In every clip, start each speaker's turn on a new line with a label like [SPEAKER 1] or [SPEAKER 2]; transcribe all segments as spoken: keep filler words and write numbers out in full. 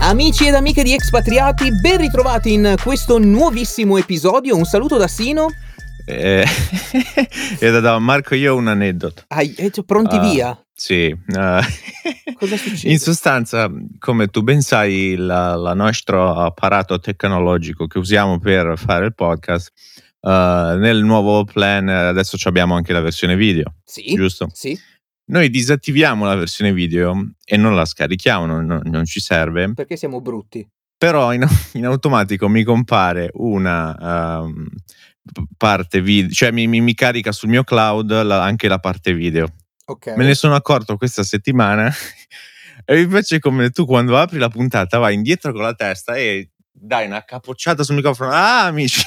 [SPEAKER 1] Amici ed amiche di Expatriati, ben ritrovati in questo nuovissimo episodio. Un saluto da Sino.
[SPEAKER 2] Eh, e da, da Marco, io ho un aneddoto.
[SPEAKER 1] Hai eh, cioè, pronti
[SPEAKER 2] Uh,
[SPEAKER 1] via?
[SPEAKER 2] Sì. uh,
[SPEAKER 1] Cosa succede?
[SPEAKER 2] In sostanza, come tu ben sai, la, la nostro apparato tecnologico che usiamo per fare il podcast, uh, nel nuovo plan adesso abbiamo anche la versione video,
[SPEAKER 1] Sì,
[SPEAKER 2] giusto?
[SPEAKER 1] sì.
[SPEAKER 2] Noi disattiviamo la versione video e non la scarichiamo, non, non ci serve.
[SPEAKER 1] Perché siamo brutti.
[SPEAKER 2] Però in, in automatico mi compare una um, parte video, cioè mi, mi, mi carica sul mio cloud la, anche la parte video.
[SPEAKER 1] Ok.
[SPEAKER 2] Me ne sono accorto questa settimana e invece, come tu quando apri la puntata vai indietro con la testa e dai una capocciata sul microfono. Ah, amici!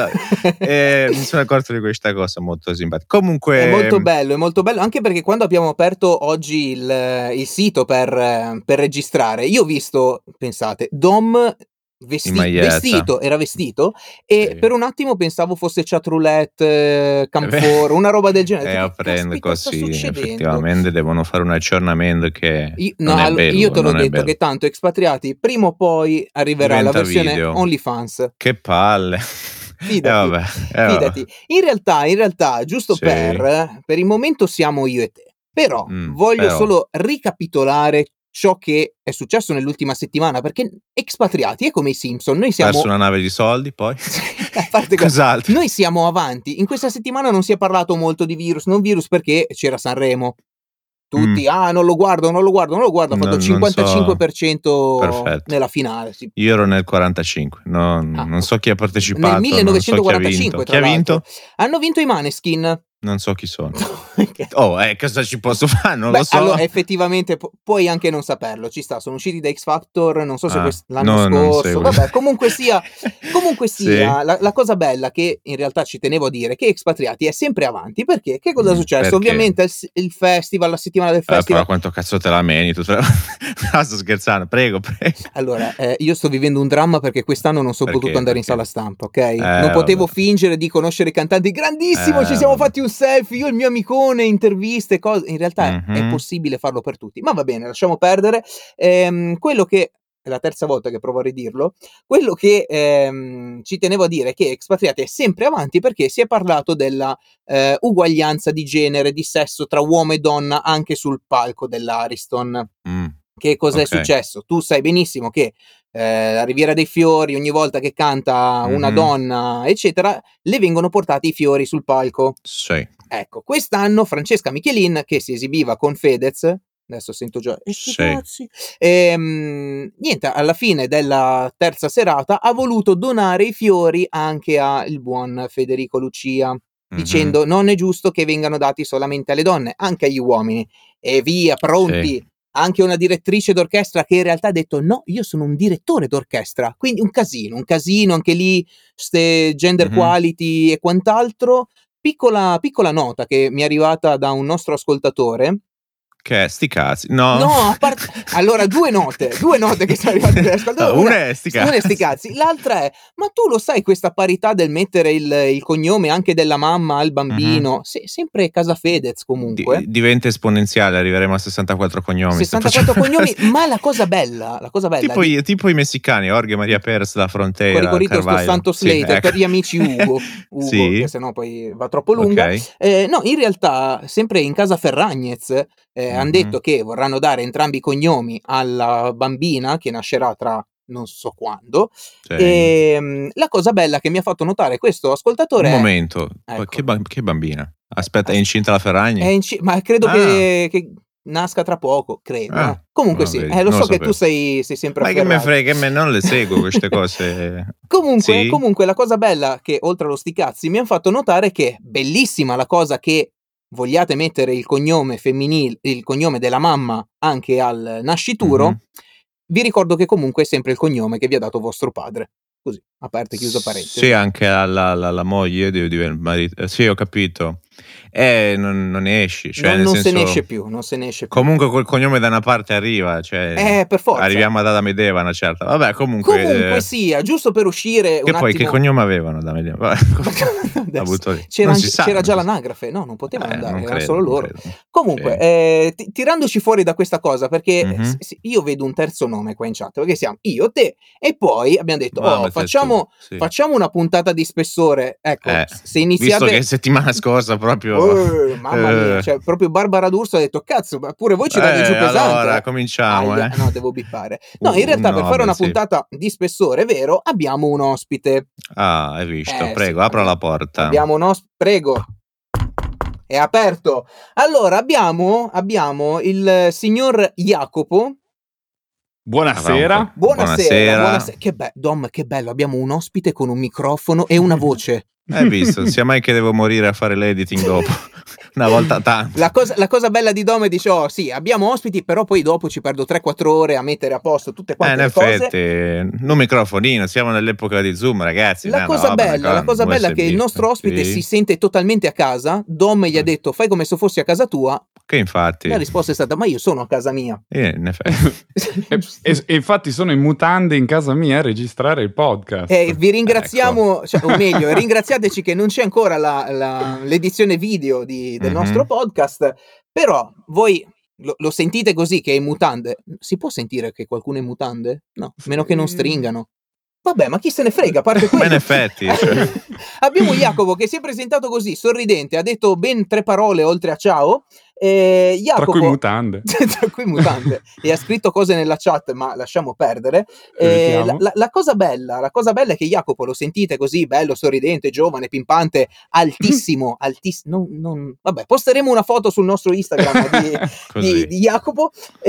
[SPEAKER 2] E mi sono accorto di questa cosa molto simpatica. Comunque
[SPEAKER 1] è molto bello, è molto bello, anche perché quando abbiamo aperto oggi il, il sito per, per registrare, io ho visto, pensate, Dom vesti- vestito, era vestito, e
[SPEAKER 2] sì.
[SPEAKER 1] per un attimo pensavo fosse chat roulette, camphor, una roba del genere.
[SPEAKER 2] E apprende così, effettivamente devono fare un aggiornamento che
[SPEAKER 1] io,
[SPEAKER 2] non
[SPEAKER 1] no,
[SPEAKER 2] è bello.
[SPEAKER 1] Io te l'ho detto
[SPEAKER 2] bello.
[SPEAKER 1] Che tanto Expatriati prima o poi arriverà
[SPEAKER 2] diventa
[SPEAKER 1] la versione
[SPEAKER 2] video.
[SPEAKER 1] OnlyFans.
[SPEAKER 2] Che palle.
[SPEAKER 1] Fidati,
[SPEAKER 2] eh vabbè, eh
[SPEAKER 1] fidati.
[SPEAKER 2] vabbè.
[SPEAKER 1] In realtà, in realtà, giusto
[SPEAKER 2] sì.
[SPEAKER 1] per, per il momento siamo io e te. Però
[SPEAKER 2] mm,
[SPEAKER 1] voglio
[SPEAKER 2] però.
[SPEAKER 1] solo ricapitolare ciò che è successo nell'ultima settimana, perché Expatriati è come i Simpson, noi siamo...
[SPEAKER 2] Perso una nave di soldi, poi?
[SPEAKER 1] A parte
[SPEAKER 2] cos'altro?
[SPEAKER 1] Noi siamo avanti. In questa settimana non si è parlato molto di virus, non virus perché c'era Sanremo. Tutti, mm. ah, non lo guardo, non lo guardo, non lo guardo, ha fatto il cinquantacinque per cento
[SPEAKER 2] so.
[SPEAKER 1] nella finale. Sì.
[SPEAKER 2] Io ero nel quarantacinque, non,
[SPEAKER 1] ah,
[SPEAKER 2] non so chi ha partecipato,
[SPEAKER 1] nel millenovecentoquarantacinque,
[SPEAKER 2] non so chi ha vinto.
[SPEAKER 1] Tra chi ha vinto? Hanno vinto i Maneskin.
[SPEAKER 2] Non so chi sono. Oh, eh, cosa ci posso fare? Non
[SPEAKER 1] Beh,
[SPEAKER 2] lo so.
[SPEAKER 1] Allora, effettivamente pu- puoi anche non saperlo. Ci sta, sono usciti da X Factor, non so se
[SPEAKER 2] ah,
[SPEAKER 1] quest- l'anno
[SPEAKER 2] no,
[SPEAKER 1] scorso. Vabbè, comunque sia, comunque sia
[SPEAKER 2] sì.
[SPEAKER 1] la, la cosa bella che in realtà ci tenevo a dire che Expatriati è sempre avanti. Perché? Che cosa è successo?
[SPEAKER 2] Perché?
[SPEAKER 1] Ovviamente il, il festival, la settimana del
[SPEAKER 2] Allora,
[SPEAKER 1] festival.
[SPEAKER 2] però quanto cazzo te la meni? Tu te la... sto scherzando, prego, prego.
[SPEAKER 1] Allora, eh, io sto vivendo un dramma perché quest'anno non sono
[SPEAKER 2] perché?
[SPEAKER 1] potuto andare
[SPEAKER 2] perché?
[SPEAKER 1] in sala stampa, ok?
[SPEAKER 2] Eh,
[SPEAKER 1] non potevo
[SPEAKER 2] vabbè.
[SPEAKER 1] fingere di conoscere i cantanti. Grandissimo,
[SPEAKER 2] eh,
[SPEAKER 1] ci siamo
[SPEAKER 2] vabbè.
[SPEAKER 1] fatti un selfie, io e il mio amicone, interviste, cose. In realtà
[SPEAKER 2] mm-hmm.
[SPEAKER 1] è possibile farlo per tutti, ma va bene, lasciamo perdere. Ehm, quello che è la terza volta che provo a ridirlo, quello che ehm, ci tenevo a dire è che Expatriati è sempre avanti perché si è parlato della eh, uguaglianza di genere, di sesso tra uomo e donna anche sul palco dell'Ariston.
[SPEAKER 2] Mm.
[SPEAKER 1] Che cosa
[SPEAKER 2] okay.
[SPEAKER 1] è successo? Tu sai benissimo che eh, la Riviera dei Fiori, ogni volta che canta una
[SPEAKER 2] mm-hmm.
[SPEAKER 1] donna, eccetera, le vengono portati i fiori sul palco.
[SPEAKER 2] Sì.
[SPEAKER 1] Ecco, quest'anno Francesca Michelin, che si esibiva con Fedez, adesso sento già, e
[SPEAKER 2] sì.
[SPEAKER 1] cazzi, ehm, niente, alla fine della terza serata ha voluto donare i fiori anche al buon Federico Lucia, mm-hmm. dicendo non è giusto che vengano dati solamente alle donne, anche agli uomini. E via, pronti.
[SPEAKER 2] Sì.
[SPEAKER 1] Anche una direttrice d'orchestra che in realtà ha detto no, io sono un direttore d'orchestra, quindi un casino, un casino, anche lì ste gender mm-hmm. quality e quant'altro. Piccola, piccola nota che mi è arrivata da un nostro ascoltatore.
[SPEAKER 2] Che è sti cazzi? No,
[SPEAKER 1] no a parte... allora due note, due note che sono arrivate dall'ascoltatore.
[SPEAKER 2] Una, una è sti cazzi.
[SPEAKER 1] Una è sti cazzi, l'altra è: ma tu lo sai questa parità del mettere il, il cognome anche della mamma al bambino? Mm-hmm. Se, sempre casa Fedez comunque.
[SPEAKER 2] Di, diventa esponenziale, arriveremo a sessantaquattro cognomi.
[SPEAKER 1] sessantaquattro cognomi, ma la cosa bella, la cosa bella.
[SPEAKER 2] Tipo,
[SPEAKER 1] di...
[SPEAKER 2] tipo i messicani, Jorge Maria Perez, la Frontera,
[SPEAKER 1] Corricorito sto Santos
[SPEAKER 2] sì,
[SPEAKER 1] Slater,
[SPEAKER 2] ecco.
[SPEAKER 1] per gli amici Ugo, Ugo
[SPEAKER 2] sì.
[SPEAKER 1] che sennò poi va troppo lunga.
[SPEAKER 2] Okay.
[SPEAKER 1] Eh, no, in realtà, sempre in casa Ferragnez, eh, mm-hmm. hanno detto che vorranno dare entrambi i cognomi alla bambina che nascerà tra non so quando. Sì. E um, la cosa bella che mi ha fatto notare questo ascoltatore
[SPEAKER 2] un
[SPEAKER 1] è...
[SPEAKER 2] momento,
[SPEAKER 1] ecco.
[SPEAKER 2] che, ba- che bambina? Aspetta, è incinta la Ferragni?
[SPEAKER 1] È inci- ma credo ah. che, che nasca tra poco, credo.
[SPEAKER 2] Ah,
[SPEAKER 1] eh. Comunque sì, eh, lo so lo che tu sei, sei sempre
[SPEAKER 2] ma
[SPEAKER 1] afferrato.
[SPEAKER 2] che me frega, che me non le seguo queste cose.
[SPEAKER 1] comunque,
[SPEAKER 2] sì?
[SPEAKER 1] comunque la cosa bella che oltre allo sti cazzi mi hanno fatto notare che bellissima la cosa che vogliate mettere il cognome femminile, il cognome della mamma anche al nascituro. Mm-hmm. Vi ricordo che comunque è sempre il cognome che vi ha dato vostro padre. Così, aperta e chiusa parentesi.
[SPEAKER 2] Sì, anche alla, alla, alla moglie di, di marito. Sì, ho capito. Eh, non, non esci, cioè
[SPEAKER 1] non,
[SPEAKER 2] nel
[SPEAKER 1] non
[SPEAKER 2] senso,
[SPEAKER 1] se ne esce più, non se ne esce più.
[SPEAKER 2] Comunque col cognome da una parte arriva, cioè
[SPEAKER 1] Eh, per forza.
[SPEAKER 2] arriviamo ad Adamo ed Eva, una certa. Vabbè, comunque
[SPEAKER 1] Comunque
[SPEAKER 2] eh,
[SPEAKER 1] sia, giusto per uscire
[SPEAKER 2] che
[SPEAKER 1] un
[SPEAKER 2] poi
[SPEAKER 1] attimo.
[SPEAKER 2] che cognome avevano Adamo ed Eva? Vabbè,
[SPEAKER 1] Adesso,
[SPEAKER 2] avuto...
[SPEAKER 1] c'era,
[SPEAKER 2] non si
[SPEAKER 1] anche-
[SPEAKER 2] sa,
[SPEAKER 1] c'era
[SPEAKER 2] non
[SPEAKER 1] già
[SPEAKER 2] si sa.
[SPEAKER 1] l'anagrafe, no, non potevano
[SPEAKER 2] Eh,
[SPEAKER 1] andare,
[SPEAKER 2] non
[SPEAKER 1] erano
[SPEAKER 2] credo,
[SPEAKER 1] solo
[SPEAKER 2] non
[SPEAKER 1] loro.
[SPEAKER 2] credo.
[SPEAKER 1] Comunque,
[SPEAKER 2] Sì.
[SPEAKER 1] eh, ti- tirandoci fuori da questa cosa, perché
[SPEAKER 2] Mhm.
[SPEAKER 1] s- s- io vedo un terzo nome qua in chat, perché siamo io, te, e poi abbiamo detto,
[SPEAKER 2] Ah,
[SPEAKER 1] oh,
[SPEAKER 2] ma te
[SPEAKER 1] facciamo,
[SPEAKER 2] tu, sì.
[SPEAKER 1] facciamo una puntata di spessore. Ecco,
[SPEAKER 2] Eh,
[SPEAKER 1] se iniziate...
[SPEAKER 2] visto che settimana scorsa proprio
[SPEAKER 1] Eh, mamma mia,
[SPEAKER 2] eh,
[SPEAKER 1] cioè proprio Barbara D'Urso ha detto, cazzo, ma pure voi ci date giù
[SPEAKER 2] eh,
[SPEAKER 1] pesante.
[SPEAKER 2] allora
[SPEAKER 1] eh."
[SPEAKER 2] cominciamo,
[SPEAKER 1] Aia,
[SPEAKER 2] eh.
[SPEAKER 1] no, devo bippare. No, in
[SPEAKER 2] Un
[SPEAKER 1] realtà per fare
[SPEAKER 2] nome,
[SPEAKER 1] una
[SPEAKER 2] sì.
[SPEAKER 1] puntata di spessore vero, abbiamo un ospite.
[SPEAKER 2] Ah, hai visto,
[SPEAKER 1] Eh,
[SPEAKER 2] prego,
[SPEAKER 1] sì,
[SPEAKER 2] apra
[SPEAKER 1] abbiamo-
[SPEAKER 2] la porta.
[SPEAKER 1] Abbiamo un ospite, prego. È aperto. Allora, abbiamo, abbiamo il signor Jacopo.
[SPEAKER 3] Buonasera.
[SPEAKER 1] Buonasera,
[SPEAKER 2] Buonasera.
[SPEAKER 1] buonasera. Che bello, Dom, che bello, abbiamo un ospite con un microfono e una voce.
[SPEAKER 2] Hai visto, sia mai che devo morire a fare l'editing dopo. Una volta tanto.
[SPEAKER 1] La cosa, la cosa bella di Dom è dice, oh sì, abbiamo ospiti, però poi dopo ci perdo tre quattro ore a mettere a posto tutte
[SPEAKER 2] Eh,
[SPEAKER 1] quante
[SPEAKER 2] in
[SPEAKER 1] le cose.
[SPEAKER 2] effetti, non microfonino, siamo nell'epoca di Zoom, ragazzi.
[SPEAKER 1] La
[SPEAKER 2] no,
[SPEAKER 1] cosa
[SPEAKER 2] no,
[SPEAKER 1] bella,
[SPEAKER 2] vabbè,
[SPEAKER 1] la cosa bella è che il nostro ospite
[SPEAKER 2] sì.
[SPEAKER 1] si sente totalmente a casa. Dom gli ha detto, fai come se fossi a casa tua.
[SPEAKER 2] Che infatti.
[SPEAKER 1] La risposta è stata, ma io sono a casa mia.
[SPEAKER 2] Eh, in effetti.
[SPEAKER 3] e, e- e infatti sono in mutande in casa mia a registrare il podcast.
[SPEAKER 1] E vi ringraziamo,
[SPEAKER 2] Ecco.
[SPEAKER 1] cioè, o meglio, ringraziateci che non c'è ancora la, la, l'edizione video di, del
[SPEAKER 2] Mhm.
[SPEAKER 1] nostro podcast, però voi lo, lo sentite così che è in mutande. Si può sentire che qualcuno è in mutande? No, meno che non stringano. Vabbè, ma chi se ne frega, a parte quello.
[SPEAKER 2] Ma in effetti, cioè.
[SPEAKER 1] Abbiamo Jacopo che si è presentato così, sorridente, ha detto ben tre parole oltre a ciao. Eh, Jacopo,
[SPEAKER 3] Tra cui mutande.
[SPEAKER 1] tra cui mutande. E ha scritto cose nella chat, ma lasciamo perdere. Eh,
[SPEAKER 3] Evitiamo.
[SPEAKER 1] la, la, la cosa bella, la cosa bella è che Jacopo lo sentite così, bello, sorridente, giovane, pimpante, altissimo, altissimo. Non, non... Vabbè, posteremo una foto sul nostro Instagram di,
[SPEAKER 2] Così.
[SPEAKER 1] di, di Jacopo.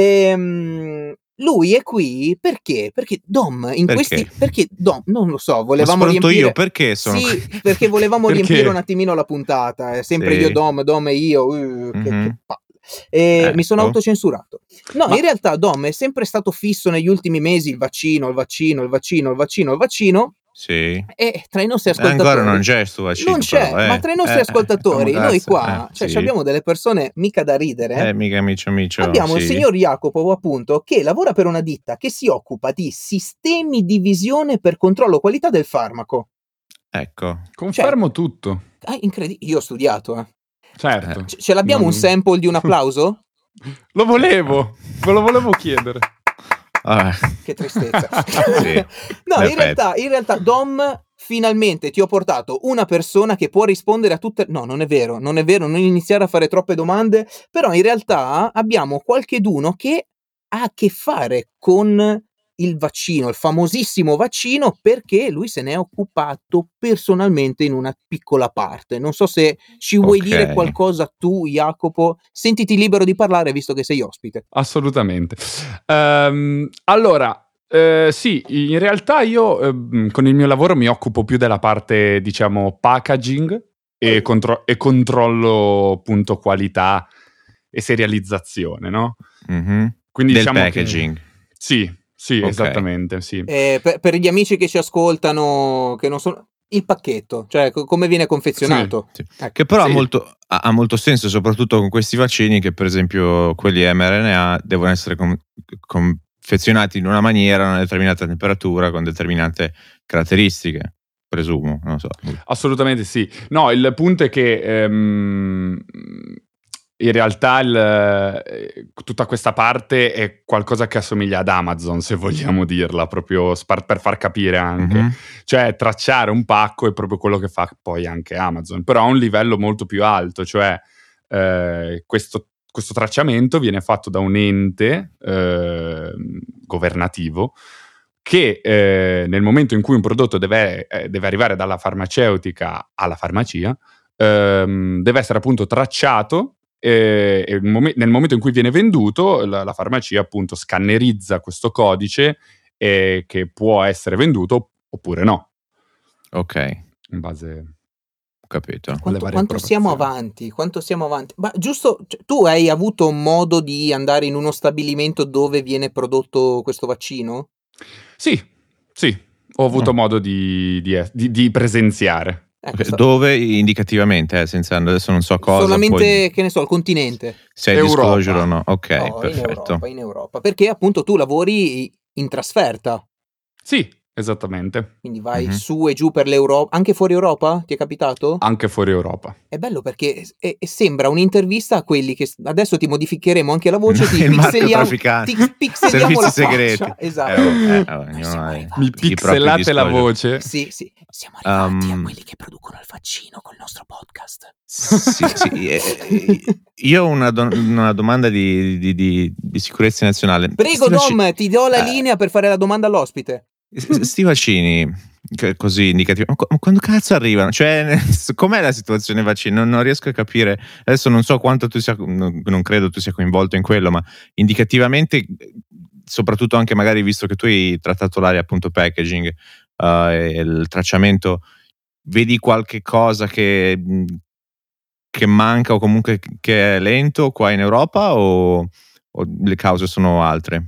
[SPEAKER 1] Ehm, lui è qui perché? Perché Dom in
[SPEAKER 2] Perché?
[SPEAKER 1] questi perché Dom non lo so,
[SPEAKER 2] Ma
[SPEAKER 1] volevamo
[SPEAKER 2] soprattutto
[SPEAKER 1] riempire
[SPEAKER 2] io, perché sono
[SPEAKER 1] Sì,
[SPEAKER 2] qui?
[SPEAKER 1] perché volevamo
[SPEAKER 3] Perché?
[SPEAKER 1] riempire un attimino la puntata, è sempre
[SPEAKER 2] Sì.
[SPEAKER 1] io Dom, Dom e io, uh, che,
[SPEAKER 2] Mhm.
[SPEAKER 1] che palle. E
[SPEAKER 2] Ecco.
[SPEAKER 1] mi sono autocensurato. No,
[SPEAKER 3] Ma-
[SPEAKER 1] in realtà Dom è sempre stato fisso negli ultimi mesi il vaccino, il vaccino, il vaccino, il vaccino, il vaccino.
[SPEAKER 2] Sì.
[SPEAKER 1] E tra i nostri
[SPEAKER 2] E
[SPEAKER 1] ascoltatori
[SPEAKER 2] ancora non c'è sto vaccino.
[SPEAKER 1] non c'è,
[SPEAKER 2] però, eh.
[SPEAKER 1] ma tra i nostri
[SPEAKER 2] Eh,
[SPEAKER 1] ascoltatori,
[SPEAKER 2] stiamo
[SPEAKER 1] noi
[SPEAKER 2] cazzo,
[SPEAKER 1] qua,
[SPEAKER 2] eh,
[SPEAKER 1] cioè
[SPEAKER 2] sì.
[SPEAKER 1] abbiamo delle persone mica da ridere.
[SPEAKER 2] Eh, mica micio micio.
[SPEAKER 1] Abbiamo il
[SPEAKER 2] sì.
[SPEAKER 1] signor Jacopo, appunto, che lavora per una ditta che si occupa di sistemi di visione per controllo qualità del farmaco.
[SPEAKER 2] Ecco.
[SPEAKER 3] Confermo tutto.
[SPEAKER 1] Ah, incredibile, io ho studiato, eh.
[SPEAKER 3] Certo.
[SPEAKER 1] C- ce l'abbiamo
[SPEAKER 3] Non-
[SPEAKER 1] un sample di un applauso?
[SPEAKER 3] Lo volevo. Ve lo volevo chiedere.
[SPEAKER 2] Ah,
[SPEAKER 1] Che tristezza.
[SPEAKER 2] Sì,
[SPEAKER 1] No,
[SPEAKER 2] in
[SPEAKER 1] in realtà, in realtà, Dom, finalmente ti ho portato una persona che può rispondere a tutte... No, non è vero, non è vero, non iniziare a fare troppe domande, però in realtà abbiamo qualcheduno che ha a che fare con il vaccino, il famosissimo vaccino, perché lui se ne è occupato personalmente in una piccola parte. Non so se ci vuoi
[SPEAKER 2] Ok.
[SPEAKER 1] dire qualcosa tu, Jacopo. Sentiti libero di parlare, visto che sei ospite.
[SPEAKER 3] Assolutamente. Ehm, allora, eh, sì, in realtà io ehm, con il mio lavoro mi occupo più della parte, diciamo, packaging e, contro- e controllo appunto qualità e serializzazione, no?
[SPEAKER 2] Mhm.
[SPEAKER 3] Quindi
[SPEAKER 2] Del
[SPEAKER 3] diciamo che-
[SPEAKER 2] packaging.
[SPEAKER 3] Sì, sì,
[SPEAKER 2] Ok.
[SPEAKER 3] esattamente, sì.
[SPEAKER 1] Eh, per, per gli amici che ci ascoltano, che non sono... Il pacchetto, cioè co- come viene confezionato.
[SPEAKER 2] Sì.
[SPEAKER 1] Ecco.
[SPEAKER 2] Che però
[SPEAKER 3] Sì.
[SPEAKER 2] ha, molto, ha, ha molto senso, soprattutto con questi vaccini, che per esempio quelli mRNA devono essere com- confezionati in una maniera, a una determinata temperatura, con determinate caratteristiche, presumo, non so.
[SPEAKER 3] Assolutamente sì. No, il punto è che ehm, in realtà il, eh, tutta questa parte è qualcosa che assomiglia ad Amazon, se vogliamo dirla, proprio spar- per far capire anche.
[SPEAKER 2] Mhm.
[SPEAKER 3] Cioè, tracciare un pacco è proprio quello che fa poi anche Amazon, però a un livello molto più alto, cioè eh, questo, questo tracciamento viene fatto da un ente eh, governativo che eh, nel momento in cui un prodotto deve, eh, deve arrivare dalla farmaceutica alla farmacia, ehm, deve essere appunto tracciato e, e il mom- nel momento in cui viene venduto la, la farmacia appunto scannerizza questo codice e che può essere venduto oppure no,
[SPEAKER 2] Ok,
[SPEAKER 3] in base...
[SPEAKER 2] ho capito.
[SPEAKER 1] Quanto,
[SPEAKER 3] varie
[SPEAKER 1] quanto siamo
[SPEAKER 3] approvazioni.
[SPEAKER 1] avanti? Quanto siamo avanti? Ma giusto, cioè, tu hai avuto modo di andare in uno stabilimento dove viene prodotto questo vaccino?
[SPEAKER 3] Sì, sì, ho avuto
[SPEAKER 2] Mm.
[SPEAKER 3] modo di, di- di- di presenziare.
[SPEAKER 1] Ecco,
[SPEAKER 2] Ok,
[SPEAKER 1] sta-
[SPEAKER 2] dove indicativamente, eh, senza adesso non so cosa.
[SPEAKER 1] solamente,
[SPEAKER 2] poi
[SPEAKER 1] che ne so, il continente.
[SPEAKER 2] se hai
[SPEAKER 3] Europa.
[SPEAKER 2] disclosure o no. Ok,
[SPEAKER 1] No, in
[SPEAKER 2] perfetto.
[SPEAKER 1] Europa, in Europa. Perché appunto tu lavori in trasferta,
[SPEAKER 3] Sì, esattamente.
[SPEAKER 1] quindi vai
[SPEAKER 2] Mhm.
[SPEAKER 1] su e giù per l'Europa, anche fuori Europa? Ti è capitato?
[SPEAKER 3] Anche fuori Europa.
[SPEAKER 1] È bello perché e- e sembra un'intervista a quelli che s- adesso ti modificheremo anche la voce, ti
[SPEAKER 2] Il
[SPEAKER 1] pixeliamo,
[SPEAKER 2] narcotrafficante.
[SPEAKER 1] ti pixeliamo la
[SPEAKER 2] Servizi segreti.
[SPEAKER 1] faccia. Esatto.
[SPEAKER 2] Eh, oh, eh, oh,
[SPEAKER 1] Noi
[SPEAKER 2] ognuno
[SPEAKER 1] siamo
[SPEAKER 2] ha
[SPEAKER 1] arrivati.
[SPEAKER 3] Mi
[SPEAKER 2] i propri
[SPEAKER 3] pixellate la
[SPEAKER 2] disclosure.
[SPEAKER 3] voce.
[SPEAKER 1] Sì, sì, siamo arrivati a
[SPEAKER 2] Um,
[SPEAKER 1] quelli che producono il vaccino col nostro podcast.
[SPEAKER 2] Sì, sì. eh, eh, io ho una, do- una domanda di, di- di- di sicurezza nazionale.
[SPEAKER 1] Prego
[SPEAKER 2] Sti vaci-
[SPEAKER 1] Dom, ti do la
[SPEAKER 2] eh,
[SPEAKER 1] linea per fare la domanda all'ospite.
[SPEAKER 2] s- sti vaccini che- così indicativi, ma qu- ma quando cazzo arrivano? Cioè, nel senso, com'è la situazione vaccini? Non, non riesco a capire. Adesso non so quanto tu sia, non, non credo tu sia coinvolto in quello, ma indicativamente, soprattutto anche magari visto che tu hai trattato l'area appunto packaging eh, e il tracciamento, vedi qualche cosa che, mh, che manca o comunque che è lento qua in Europa o, o le cause sono altre?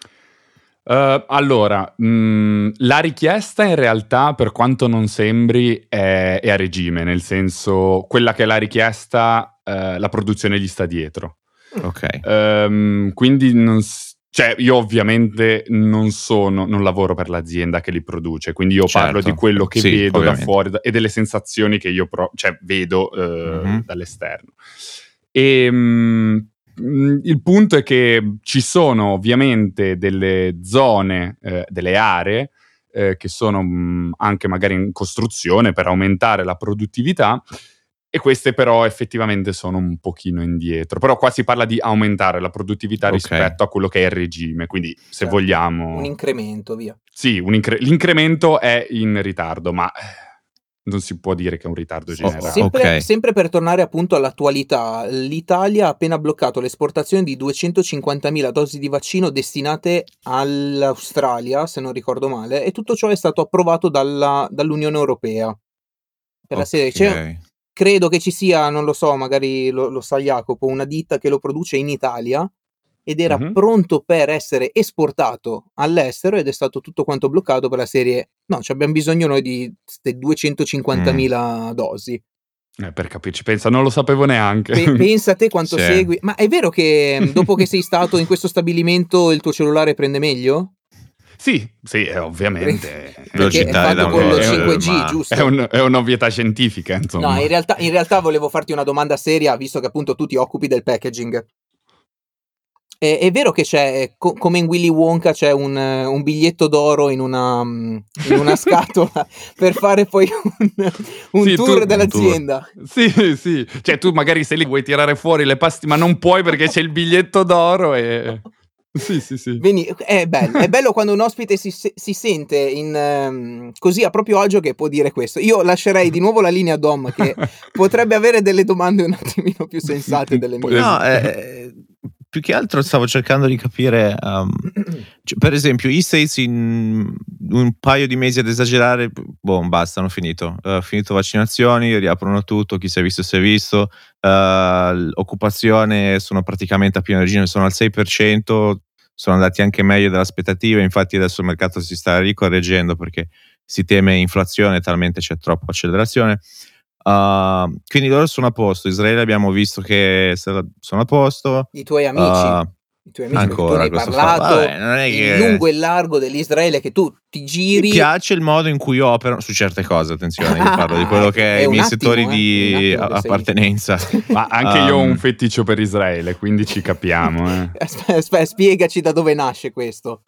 [SPEAKER 3] Uh, allora, mh, la richiesta in realtà, per quanto non sembri, è, è a regime, nel senso, quella che è la richiesta, uh, la produzione gli sta dietro.
[SPEAKER 2] Ok.
[SPEAKER 3] Um, quindi, non s- cioè, io ovviamente non sono, non lavoro per l'azienda che li produce, quindi io
[SPEAKER 2] Certo,
[SPEAKER 3] parlo di quello che
[SPEAKER 2] sì,
[SPEAKER 3] vedo
[SPEAKER 2] ovviamente.
[SPEAKER 3] da fuori da- e delle sensazioni che io pro- cioè, vedo uh,
[SPEAKER 2] Mhm.
[SPEAKER 3] dall'esterno. E mh, mh, il punto è che ci sono ovviamente delle zone, eh, delle aree eh, che sono mh, anche magari in costruzione per aumentare la produttività, e queste però effettivamente sono un pochino indietro. Però qua si parla di aumentare la produttività
[SPEAKER 2] Ok.
[SPEAKER 3] rispetto a quello che è il regime, quindi se
[SPEAKER 1] Certo,
[SPEAKER 3] vogliamo...
[SPEAKER 1] un incremento, via.
[SPEAKER 3] Sì, un incre- l'incremento è in ritardo, ma eh, non si può dire che è un ritardo
[SPEAKER 1] Sì,
[SPEAKER 3] generale.
[SPEAKER 1] sempre,
[SPEAKER 2] ok.
[SPEAKER 1] sempre per tornare appunto all'attualità, l'Italia ha appena bloccato l'esportazione di duecentocinquantamila dosi di vaccino destinate all'Australia, se non ricordo male, e tutto ciò è stato approvato dalla- dall'Unione Europea. Per la serie, c'è,
[SPEAKER 2] Ok.
[SPEAKER 1] credo che ci sia, non lo so, magari lo, lo sa Jacopo, una ditta che lo produce in Italia ed era
[SPEAKER 3] Mhm.
[SPEAKER 1] pronto per essere esportato all'estero ed è stato tutto quanto bloccato per la serie. No, ci abbiamo bisogno noi di queste duecentocinquantamila dosi.
[SPEAKER 3] Eh, per capirci, pensa, non lo sapevo neanche.
[SPEAKER 1] Pe- pensa te quanto
[SPEAKER 2] Sì.
[SPEAKER 1] segui. Ma è vero che mh, dopo che sei stato in questo stabilimento il tuo cellulare prende meglio?
[SPEAKER 3] Sì, sì, eh, ovviamente.
[SPEAKER 1] Perché è
[SPEAKER 2] Velocità di
[SPEAKER 1] fatto con lo
[SPEAKER 2] download,
[SPEAKER 1] cinque G,
[SPEAKER 2] ma-
[SPEAKER 1] giusto?
[SPEAKER 3] È, un- è un'ovvietà scientifica, insomma.
[SPEAKER 1] No, in realtà, in realtà volevo farti una domanda seria, visto che appunto tu ti occupi del packaging. È, è vero che c'è, co- come in Willy Wonka, c'è un, eh, un biglietto d'oro in una, mm, in una scatola per fare poi un, un
[SPEAKER 3] Sì,
[SPEAKER 1] tour
[SPEAKER 3] tu-
[SPEAKER 1] dell'azienda.
[SPEAKER 3] Sì, sì. Cioè, tu magari sei lì, vuoi tirare fuori le pastiglie, ma non puoi perché c'è il biglietto d'oro e... Sì, sì, sì.
[SPEAKER 1] Veni- è bello, è bello quando un ospite si, se- si sente in, ehm, così a proprio agio che può dire questo. Io lascerei di nuovo la linea a Dom, che potrebbe avere delle domande un attimino più sensate delle mie.
[SPEAKER 2] No, eh, più che altro stavo cercando di capire, um, cioè, per esempio, i States in un paio di mesi ad esagerare, boh, basta, hanno finito. Uh, finito vaccinazioni, riaprono tutto, chi si è visto si è visto. Uh, l'occupazione sono praticamente a pieno regime, sono al sei per cento, sono andati anche meglio delle aspettative, infatti adesso il mercato si sta ricorreggendo perché si teme inflazione, talmente c'è troppa accelerazione. Uh, quindi loro sono a posto. Israele abbiamo visto che sono a posto.
[SPEAKER 1] I tuoi amici,
[SPEAKER 2] Uh,
[SPEAKER 1] i tuoi amici, perché tu
[SPEAKER 2] ancora
[SPEAKER 1] ne hai
[SPEAKER 2] questo
[SPEAKER 1] parlato
[SPEAKER 2] fa- vabbè, non è
[SPEAKER 1] in
[SPEAKER 2] che-
[SPEAKER 1] lungo e largo dell'Israele, che tu ti
[SPEAKER 2] Mi
[SPEAKER 1] giri.
[SPEAKER 2] piace il modo in cui operano su certe cose. Attenzione, io parlo di quello che è,
[SPEAKER 1] È
[SPEAKER 2] i
[SPEAKER 1] un
[SPEAKER 2] miei
[SPEAKER 1] attimo,
[SPEAKER 2] settori
[SPEAKER 1] eh, è un
[SPEAKER 2] di
[SPEAKER 1] attimo che sei-
[SPEAKER 2] appartenenza.
[SPEAKER 3] Ma anche io ho
[SPEAKER 2] Um,
[SPEAKER 3] un feticcio per Israele, quindi ci capiamo. Eh.
[SPEAKER 1] Aspetta, aspetta, spiegaci da dove nasce questo.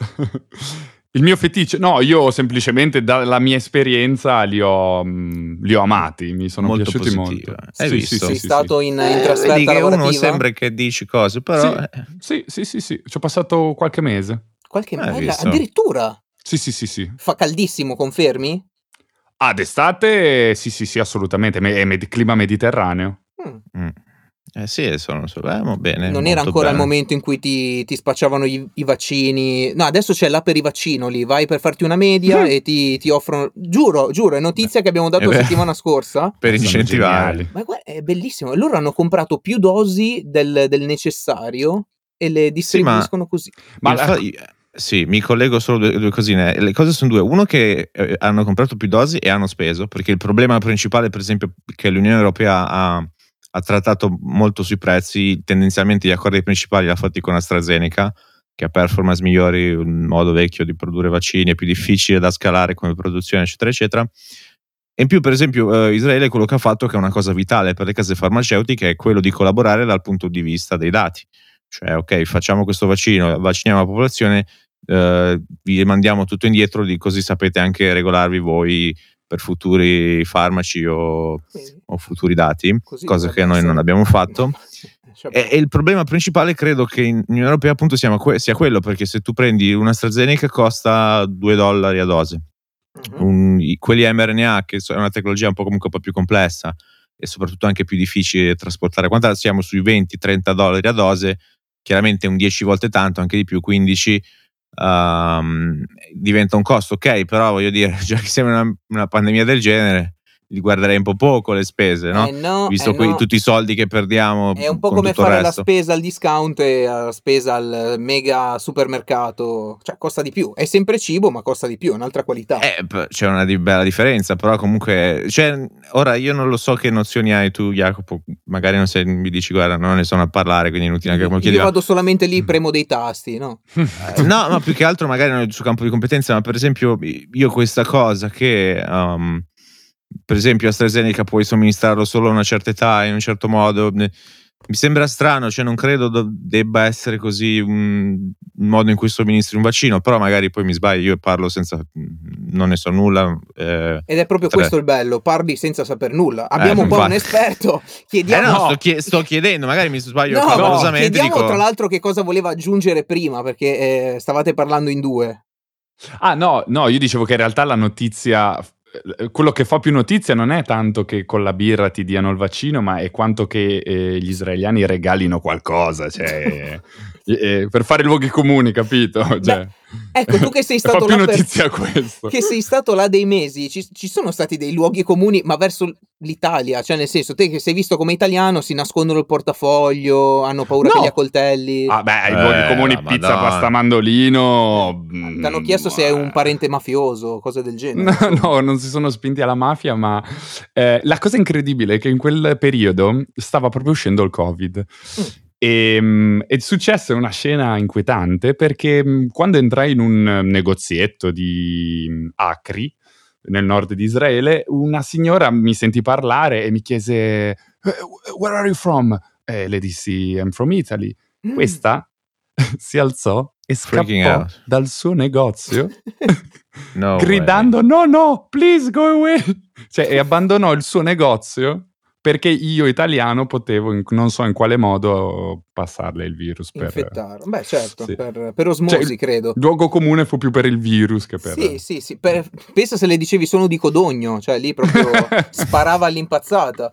[SPEAKER 3] Il mio feticcio, no, io semplicemente dalla mia esperienza li ho, mh, li ho amati, mi sono
[SPEAKER 2] Molto
[SPEAKER 3] piaciuti
[SPEAKER 2] positiva.
[SPEAKER 3] molto.
[SPEAKER 2] Hai
[SPEAKER 3] Sì,
[SPEAKER 2] visto?
[SPEAKER 3] sì,
[SPEAKER 1] Sei
[SPEAKER 3] sì,
[SPEAKER 1] stato in, in
[SPEAKER 2] Eh,
[SPEAKER 1] trasferta
[SPEAKER 2] vedi che uno
[SPEAKER 1] lavorativa?
[SPEAKER 2] sembra che dici cose, però
[SPEAKER 3] sì.
[SPEAKER 2] eh,
[SPEAKER 3] Sì, sì, sì, sì, ci ho passato qualche mese.
[SPEAKER 1] Qualche
[SPEAKER 2] Hai
[SPEAKER 1] eh,
[SPEAKER 2] visto?
[SPEAKER 1] addirittura
[SPEAKER 3] Sì, sì, sì, sì.
[SPEAKER 1] fa caldissimo, confermi?
[SPEAKER 3] Ah, d'estate, sì, sì, sì, assolutamente, Me- è med- clima mediterraneo.
[SPEAKER 1] Mm.
[SPEAKER 2] mm. Eh sì, sono eh, va bene.
[SPEAKER 1] Non era
[SPEAKER 2] molto
[SPEAKER 1] ancora
[SPEAKER 2] bene.
[SPEAKER 1] il momento in cui ti, ti spacciavano i, i vaccini. No, adesso c'è l'app per i vaccino lì. Vai per farti una media e ti, ti offrono. Giuro, giuro, è notizia che abbiamo dato
[SPEAKER 2] È
[SPEAKER 1] la
[SPEAKER 2] vero.
[SPEAKER 1] settimana scorsa.
[SPEAKER 2] Per
[SPEAKER 3] Sono
[SPEAKER 2] incentivare.
[SPEAKER 3] geniali.
[SPEAKER 1] Ma guarda, è bellissimo. Loro hanno comprato più dosi del, del necessario e le distribuiscono così.
[SPEAKER 3] Ma
[SPEAKER 2] Il
[SPEAKER 3] la-
[SPEAKER 2] fa- Sì, mi collego solo due, due cosine. Le cose sono due. Uno che eh, hanno comprato più dosi e hanno speso, perché il problema principale, per esempio, che l'Unione Europea ha, ha trattato molto sui prezzi, tendenzialmente gli accordi principali li ha fatti con AstraZeneca, che ha performance migliori, un modo vecchio di produrre vaccini, è più difficile da scalare come produzione, eccetera, eccetera. E in più, per esempio, eh, Israele quello che ha fatto, che è una cosa vitale per le case farmaceutiche, è quello di collaborare dal punto di vista dei dati. Cioè, ok, facciamo questo vaccino, vacciniamo la popolazione, eh, vi mandiamo tutto indietro, di così sapete anche regolarvi voi per futuri farmaci o, o futuri dati,
[SPEAKER 1] Così
[SPEAKER 2] cosa che
[SPEAKER 1] dovrebbe
[SPEAKER 2] noi
[SPEAKER 1] essere.
[SPEAKER 2] non abbiamo fatto.
[SPEAKER 1] No, sì, cioè,
[SPEAKER 2] E, e il problema principale credo che in Unione Europea appunto sia, sia quello, perché se tu prendi una AstraZeneca costa due dollari a dose.
[SPEAKER 1] Mhm.
[SPEAKER 2] Un, i- quelli mRNA, che è una tecnologia un po' comunque un po' più complessa e soprattutto anche più difficile da trasportare, quando siamo sui venti trenta dollari a dose, chiaramente un dieci volte tanto, anche di più, quindici, um, diventa un costo, ok, però voglio dire, già che siamo in una, una pandemia del genere, li guarderei un po' poco le spese, no?
[SPEAKER 1] Eh no,
[SPEAKER 2] Visto
[SPEAKER 1] eh
[SPEAKER 2] quei,
[SPEAKER 1] no.
[SPEAKER 2] tutti i soldi che perdiamo
[SPEAKER 1] È un po'
[SPEAKER 2] con
[SPEAKER 1] come
[SPEAKER 2] tutto il
[SPEAKER 1] fare la
[SPEAKER 2] resto.
[SPEAKER 1] spesa al discount e la spesa al mega supermercato, cioè costa di più, è sempre cibo ma costa di più, è un'altra qualità.
[SPEAKER 2] Eh, p- c'è una di bella differenza, però comunque, cioè, ora io non lo so che nozioni hai tu, Jacopo, magari non sei, mi dici guarda, non ne sono a parlare, quindi è inutile anche che me lo
[SPEAKER 1] Io
[SPEAKER 2] chiedi.
[SPEAKER 1] vado solamente lì, premo dei tasti, no?
[SPEAKER 2] Eh, no, ma più che altro magari non è il suo campo di competenza, ma per esempio io questa cosa che um, per esempio AstraZeneca puoi somministrarlo solo a una certa età in un certo modo, ne- mi sembra strano, cioè non credo do- debba essere così un, un modo in cui somministri un vaccino, però magari poi mi sbaglio, io parlo senza, non ne so nulla. Eh,
[SPEAKER 1] Ed è proprio
[SPEAKER 2] tre.
[SPEAKER 1] questo il bello, parli senza saper nulla. Abbiamo
[SPEAKER 2] Eh,
[SPEAKER 1] qua un
[SPEAKER 2] infatti.
[SPEAKER 1] esperto, chiediamo...
[SPEAKER 2] Eh no,
[SPEAKER 3] No.
[SPEAKER 2] sto, chie- sto chiedendo, magari mi sbaglio
[SPEAKER 1] No,
[SPEAKER 2] clamorosamente.
[SPEAKER 1] chiediamo
[SPEAKER 2] Dico,
[SPEAKER 1] tra l'altro che cosa voleva aggiungere prima, perché eh, stavate parlando in due.
[SPEAKER 3] Ah no, no, io dicevo che in realtà la notizia, eh, quello che fa più notizia non è tanto che con la birra ti diano il vaccino, ma è quanto che eh, gli israeliani regalino qualcosa, cioè eh, per fare luoghi comuni, capito? Cioè,
[SPEAKER 1] Beh, ecco, tu che sei
[SPEAKER 3] fa
[SPEAKER 1] stato
[SPEAKER 3] più
[SPEAKER 1] là per...
[SPEAKER 3] notizia questo.
[SPEAKER 1] che sei stato là dei mesi, ci, ci sono stati dei luoghi comuni, ma verso l'Italia, cioè nel senso, te che sei visto come italiano, si nascondono il portafoglio, hanno paura che
[SPEAKER 3] No.
[SPEAKER 1] li accoltelli.
[SPEAKER 3] Ah beh, i
[SPEAKER 2] Eh,
[SPEAKER 3] luoghi comuni,
[SPEAKER 2] la
[SPEAKER 3] pizza,
[SPEAKER 2] Madonna.
[SPEAKER 3] pasta, mandolino.
[SPEAKER 1] Ti hanno chiesto se è un parente mafioso, cose del genere.
[SPEAKER 3] No,
[SPEAKER 1] insomma.
[SPEAKER 3] no, non si sono spinti alla mafia, ma eh, la cosa incredibile è che in quel periodo stava proprio uscendo il Covid.
[SPEAKER 1] Mm.
[SPEAKER 3] E, mm, e successe una scena inquietante perché mm, quando entrai in un eh, negozietto di mm, Acri, nel nord di Israele, una signora mi sentì parlare e mi chiese "Eh, Where are you from?" E le dissi I'm from Italy.
[SPEAKER 1] Mm.
[SPEAKER 3] Questa si alzò e
[SPEAKER 2] Freaking
[SPEAKER 3] scappò
[SPEAKER 2] out.
[SPEAKER 3] dal suo negozio
[SPEAKER 2] No
[SPEAKER 3] gridando no no please go away, cioè, e abbandonò il suo negozio perché io italiano potevo in- non so in quale modo passarle il virus per
[SPEAKER 1] Infettare. Beh, certo,
[SPEAKER 3] sì.
[SPEAKER 1] per, per osmosi,
[SPEAKER 3] Cioè, il
[SPEAKER 1] credo.
[SPEAKER 3] luogo comune fu più per il virus che per
[SPEAKER 1] Sì, sì, sì. Per... Pensa se le dicevi sono di Codogno, cioè lì proprio sparava all'impazzata.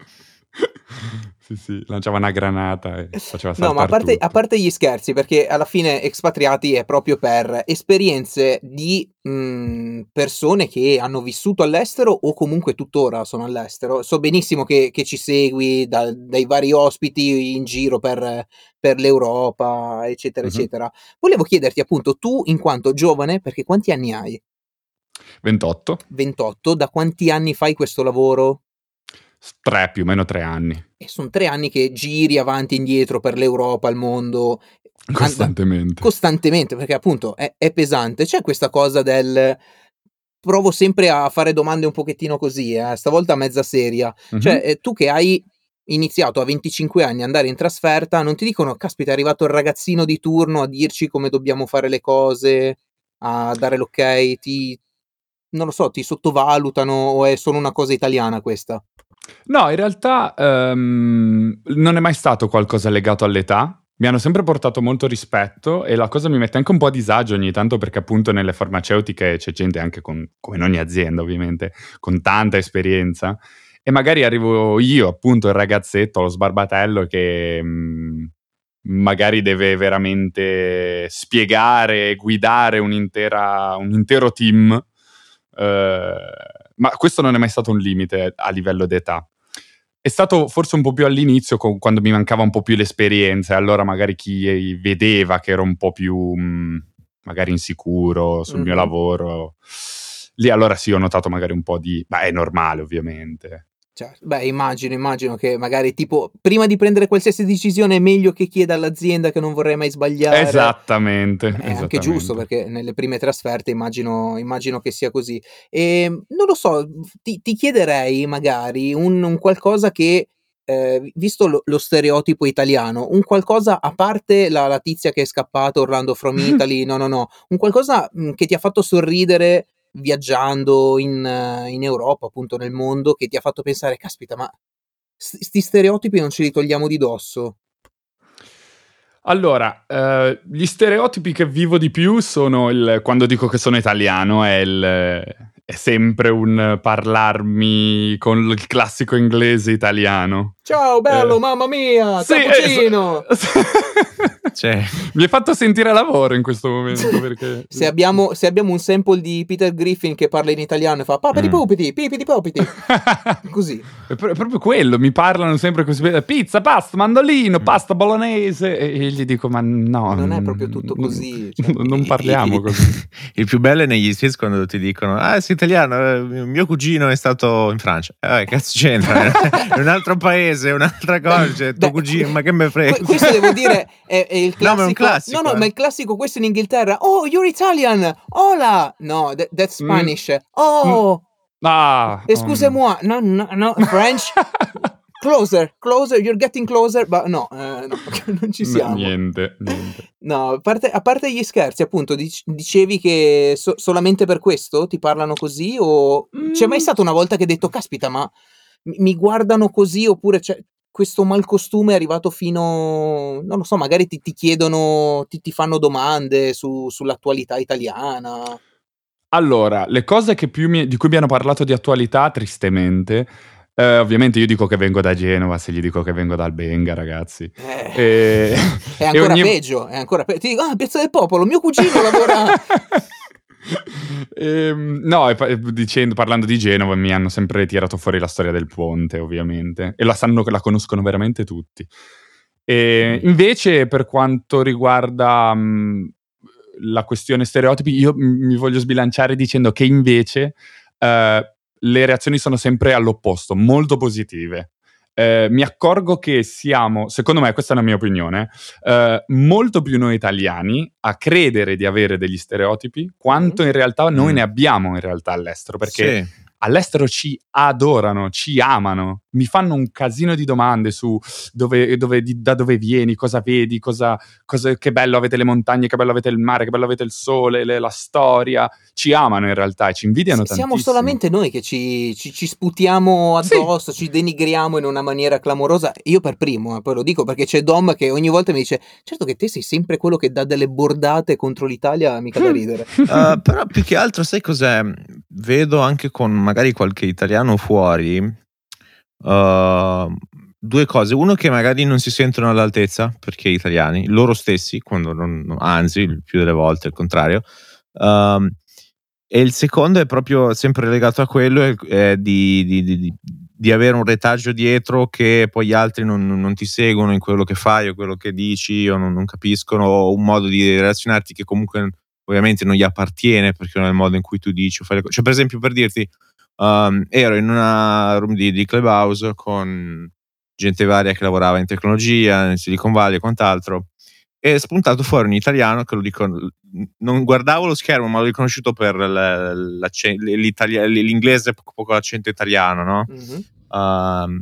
[SPEAKER 3] sì sì, lanciava una granata e faceva
[SPEAKER 1] No, ma a
[SPEAKER 3] saltare
[SPEAKER 1] parte,
[SPEAKER 3] tutto.
[SPEAKER 1] a parte gli scherzi, perché alla fine Expatriati è proprio per esperienze di mh, persone che hanno vissuto all'estero o comunque tuttora sono all'estero. So benissimo che, che ci segui da- dai vari ospiti in giro per, per l'Europa, eccetera,
[SPEAKER 3] Mhm.
[SPEAKER 1] eccetera. Volevo chiederti appunto, tu in quanto giovane, perché quanti anni hai?
[SPEAKER 3] ventotto,
[SPEAKER 1] ventotto, da quanti anni fai questo lavoro?
[SPEAKER 3] tre più o meno tre anni,
[SPEAKER 1] E sono tre anni che giri avanti e indietro per l'Europa, il mondo, and-
[SPEAKER 3] costantemente.
[SPEAKER 1] costantemente, perché appunto è, è pesante. C'è questa cosa del... Provo sempre a fare domande un pochettino così, eh, stavolta mezza seria.
[SPEAKER 3] Mhm.
[SPEAKER 1] Cioè, eh, tu che hai iniziato a venticinque anni ad andare in trasferta, non ti dicono, caspita, è arrivato il ragazzino di turno a dirci come dobbiamo fare le cose, a dare l'ok, ti... non lo so, ti sottovalutano o è solo una cosa italiana questa?
[SPEAKER 3] No, in realtà ehm, non è mai stato qualcosa legato all'età. Mi hanno sempre portato molto rispetto e la cosa mi mette anche un po' a disagio ogni tanto perché appunto nelle farmaceutiche c'è gente anche con, come in ogni azienda ovviamente, con tanta esperienza e magari arrivo io appunto il ragazzetto, lo sbarbatello che mh, magari deve veramente spiegare e guidare un'intera, un intero team. Eh, ma questo non è mai stato un limite a livello d'età. È stato forse un po' più all'inizio, con- quando mi mancava un po' più l'esperienza, e allora magari chi vedeva che ero un po' più mh, magari insicuro sul
[SPEAKER 1] Mm-hmm.
[SPEAKER 3] mio lavoro, lì allora sì ho notato magari un po' di... Beh, è normale ovviamente.
[SPEAKER 1] Cioè, beh, immagino, immagino che magari tipo prima di prendere qualsiasi decisione è meglio che chieda all'azienda che non vorrei mai sbagliare.
[SPEAKER 3] Esattamente.
[SPEAKER 1] È
[SPEAKER 3] esattamente.
[SPEAKER 1] anche giusto, perché nelle prime trasferte immagino, immagino che sia così. E non lo so, ti, ti chiederei magari un, un qualcosa che, eh, visto lo, lo stereotipo italiano, un qualcosa a parte la, la tizia che è scappata, Orlando from Italy, no, no, no, un qualcosa mh, che ti ha fatto sorridere viaggiando in, in Europa, appunto nel mondo, che ti ha fatto pensare, caspita, ma sti stereotipi non ce li togliamo di dosso?
[SPEAKER 3] Allora, eh, gli stereotipi che vivo di più sono il, quando dico che sono italiano, è, il, è sempre un parlarmi con il classico inglese italiano.
[SPEAKER 1] Ciao bello,
[SPEAKER 3] eh,
[SPEAKER 1] mamma mia,
[SPEAKER 3] sì,
[SPEAKER 1] cappuccino!
[SPEAKER 3] Eh,
[SPEAKER 2] cioè.
[SPEAKER 3] Mi hai fatto sentire lavoro in questo momento perché...
[SPEAKER 1] se, abbiamo, se abbiamo un sample di Peter Griffin che parla in italiano e fa papiti pupiti, pipiti popiti, così
[SPEAKER 3] è, pro- è proprio quello, mi parlano sempre così, pizza, pasta, mandolino, pasta bolognese, e, e gli dico ma no,
[SPEAKER 1] non è proprio tutto così,
[SPEAKER 3] cioè. non parliamo così.
[SPEAKER 2] Il più bello è negli States quando ti dicono ah sei italiano, mio cugino è stato in Francia, eh, cazzo c'entra, è un altro paese, un'altra cosa, cioè, tuo
[SPEAKER 1] Beh,
[SPEAKER 2] cugino, ma che me frega.
[SPEAKER 1] Questo devo dire è, è il classico,
[SPEAKER 2] no, ma è un classico,
[SPEAKER 1] no no
[SPEAKER 2] eh.
[SPEAKER 1] ma il classico questo in Inghilterra, oh you're Italian, hola, no that, that's Spanish, mm. oh
[SPEAKER 3] mm. ah,
[SPEAKER 1] excusez-moi, no no no French. Closer, closer, you're getting closer, ma no, eh, no, non ci siamo.
[SPEAKER 3] Niente, niente.
[SPEAKER 1] No, a parte, a parte gli scherzi, appunto, dic- dicevi che so- solamente per questo ti parlano così o mm. c'è mai stata una volta che hai detto, caspita, ma mi, mi guardano così oppure c'è questo malcostume è arrivato fino, non lo so, magari ti, ti chiedono, ti, ti fanno domande su, sull'attualità italiana?
[SPEAKER 3] Allora, le cose che più mi, di cui mi hanno parlato di attualità, tristemente... Eh, ovviamente io dico che vengo da Genova, se gli dico che vengo dal Benga, ragazzi.
[SPEAKER 1] Eh,
[SPEAKER 3] e,
[SPEAKER 1] è ancora
[SPEAKER 3] ogni...
[SPEAKER 1] peggio, è ancora peggio. Ti dico, ah, Piazza del Popolo, mio cugino lavora...
[SPEAKER 3] e, no, dicendo, parlando di Genova mi hanno sempre tirato fuori la storia del ponte, ovviamente. E la sanno, la conoscono veramente tutti. E invece per quanto riguarda mh, la questione stereotipi, io m- mi voglio sbilanciare dicendo che invece... Uh, le reazioni sono sempre all'opposto, molto positive. Eh, mi accorgo che siamo, secondo me, questa è la mia opinione, eh, molto più noi italiani a credere di avere degli stereotipi quanto in realtà noi
[SPEAKER 2] Mm.
[SPEAKER 3] ne abbiamo in realtà all'estero, perché
[SPEAKER 2] Sì.
[SPEAKER 3] all'estero ci adorano, ci amano, mi fanno un casino di domande su dove, dove, di, da dove vieni, cosa vedi, cosa, cosa, che bello avete le montagne, che bello avete il mare, che bello avete il sole, le, la storia, ci amano in realtà e ci invidiano
[SPEAKER 1] S-
[SPEAKER 3] tantissimo.
[SPEAKER 1] Siamo solamente noi che ci, ci, ci sputiamo addosso, sì. Ci denigriamo in una maniera clamorosa, io per primo, eh, poi lo dico perché c'è Dom che ogni volta mi dice certo che te sei sempre quello che dà delle bordate contro l'Italia, mica da ridere.
[SPEAKER 2] uh, però più che altro sai cos'è? Vedo anche con magari qualche italiano fuori uh, due cose, uno che magari non si sentono all'altezza perché italiani, loro stessi, quando non, anzi il più delle volte il contrario, uh, e il secondo è proprio sempre legato a quello è, è di, di, di, di avere un retaggio dietro che poi gli altri non, non ti seguono in quello che fai o quello che dici o non, non capiscono, o un modo di relazionarti che comunque ovviamente non gli appartiene perché non è il modo in cui tu dici o fai le cose. Cioè, per esempio, per dirti, um, ero in una room di, di Clubhouse con gente varia che lavorava in tecnologia, in Silicon Valley e quant'altro, e è spuntato fuori un italiano che lo dico, non guardavo lo schermo ma l'ho riconosciuto per l'inglese poco l'accento italiano, no?
[SPEAKER 1] Mm-hmm.
[SPEAKER 2] Um,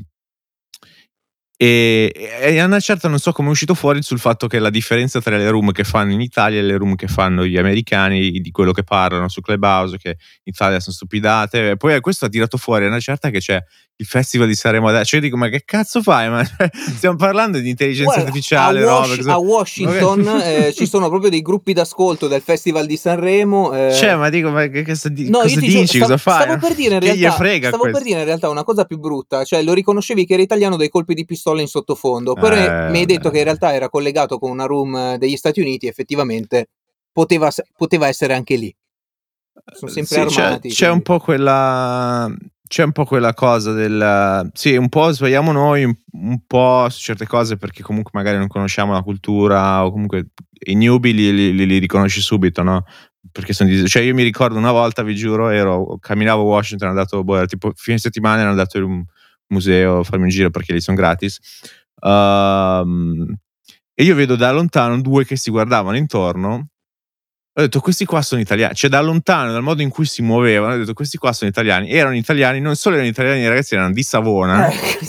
[SPEAKER 2] e, e a una certa non so come è uscito fuori sul fatto che la differenza tra le room che fanno in Italia e le room che fanno gli americani, di quello che parlano su Clubhouse, che in Italia sono stupidate, e poi questo ha tirato fuori a una certa che c'è il festival di Sanremo, cioè io dico ma che cazzo fai? Ma stiamo parlando di intelligenza
[SPEAKER 1] Guarda,
[SPEAKER 2] artificiale,
[SPEAKER 1] a,
[SPEAKER 2] roba,
[SPEAKER 1] Was-
[SPEAKER 2] cosa...
[SPEAKER 1] a Washington eh, ci sono proprio dei gruppi d'ascolto del festival di Sanremo, eh...
[SPEAKER 2] cioè ma dico ma che cosa, di-
[SPEAKER 1] no,
[SPEAKER 2] cosa
[SPEAKER 1] io ti
[SPEAKER 2] dici,
[SPEAKER 1] giuro,
[SPEAKER 2] cosa
[SPEAKER 1] stavo,
[SPEAKER 2] fai?
[SPEAKER 1] stavo per dire in
[SPEAKER 2] Che gli
[SPEAKER 1] realtà
[SPEAKER 2] frega
[SPEAKER 1] stavo
[SPEAKER 2] questo?
[SPEAKER 1] per dire in realtà una cosa più brutta, cioè lo riconoscevi che era italiano dai colpi di pistola in sottofondo, poi
[SPEAKER 2] Eh,
[SPEAKER 1] mi hai detto
[SPEAKER 2] beh.
[SPEAKER 1] che in realtà era collegato con una room degli Stati Uniti, effettivamente poteva, poteva essere anche lì, sono sempre
[SPEAKER 2] sì,
[SPEAKER 1] armati,
[SPEAKER 2] c'è, c'è un po' quella c'è un po' quella cosa del sì, un po' sbagliamo noi un, un po' su certe cose perché comunque magari non conosciamo la cultura o comunque i newbie li, li, li riconosci subito, no? Perché sono di, cioè io mi ricordo una volta, vi giuro, ero camminavo a Washington, ero andato boh, era tipo fine settimana, ero andato in un museo a farmi un giro perché lì sono gratis. Um, e io vedo da lontano due che si guardavano intorno. Ho detto questi qua sono italiani, cioè da lontano, dal modo in cui si muovevano, ho detto questi qua sono italiani. Erano italiani, non solo erano italiani, i ragazzi erano di Savona,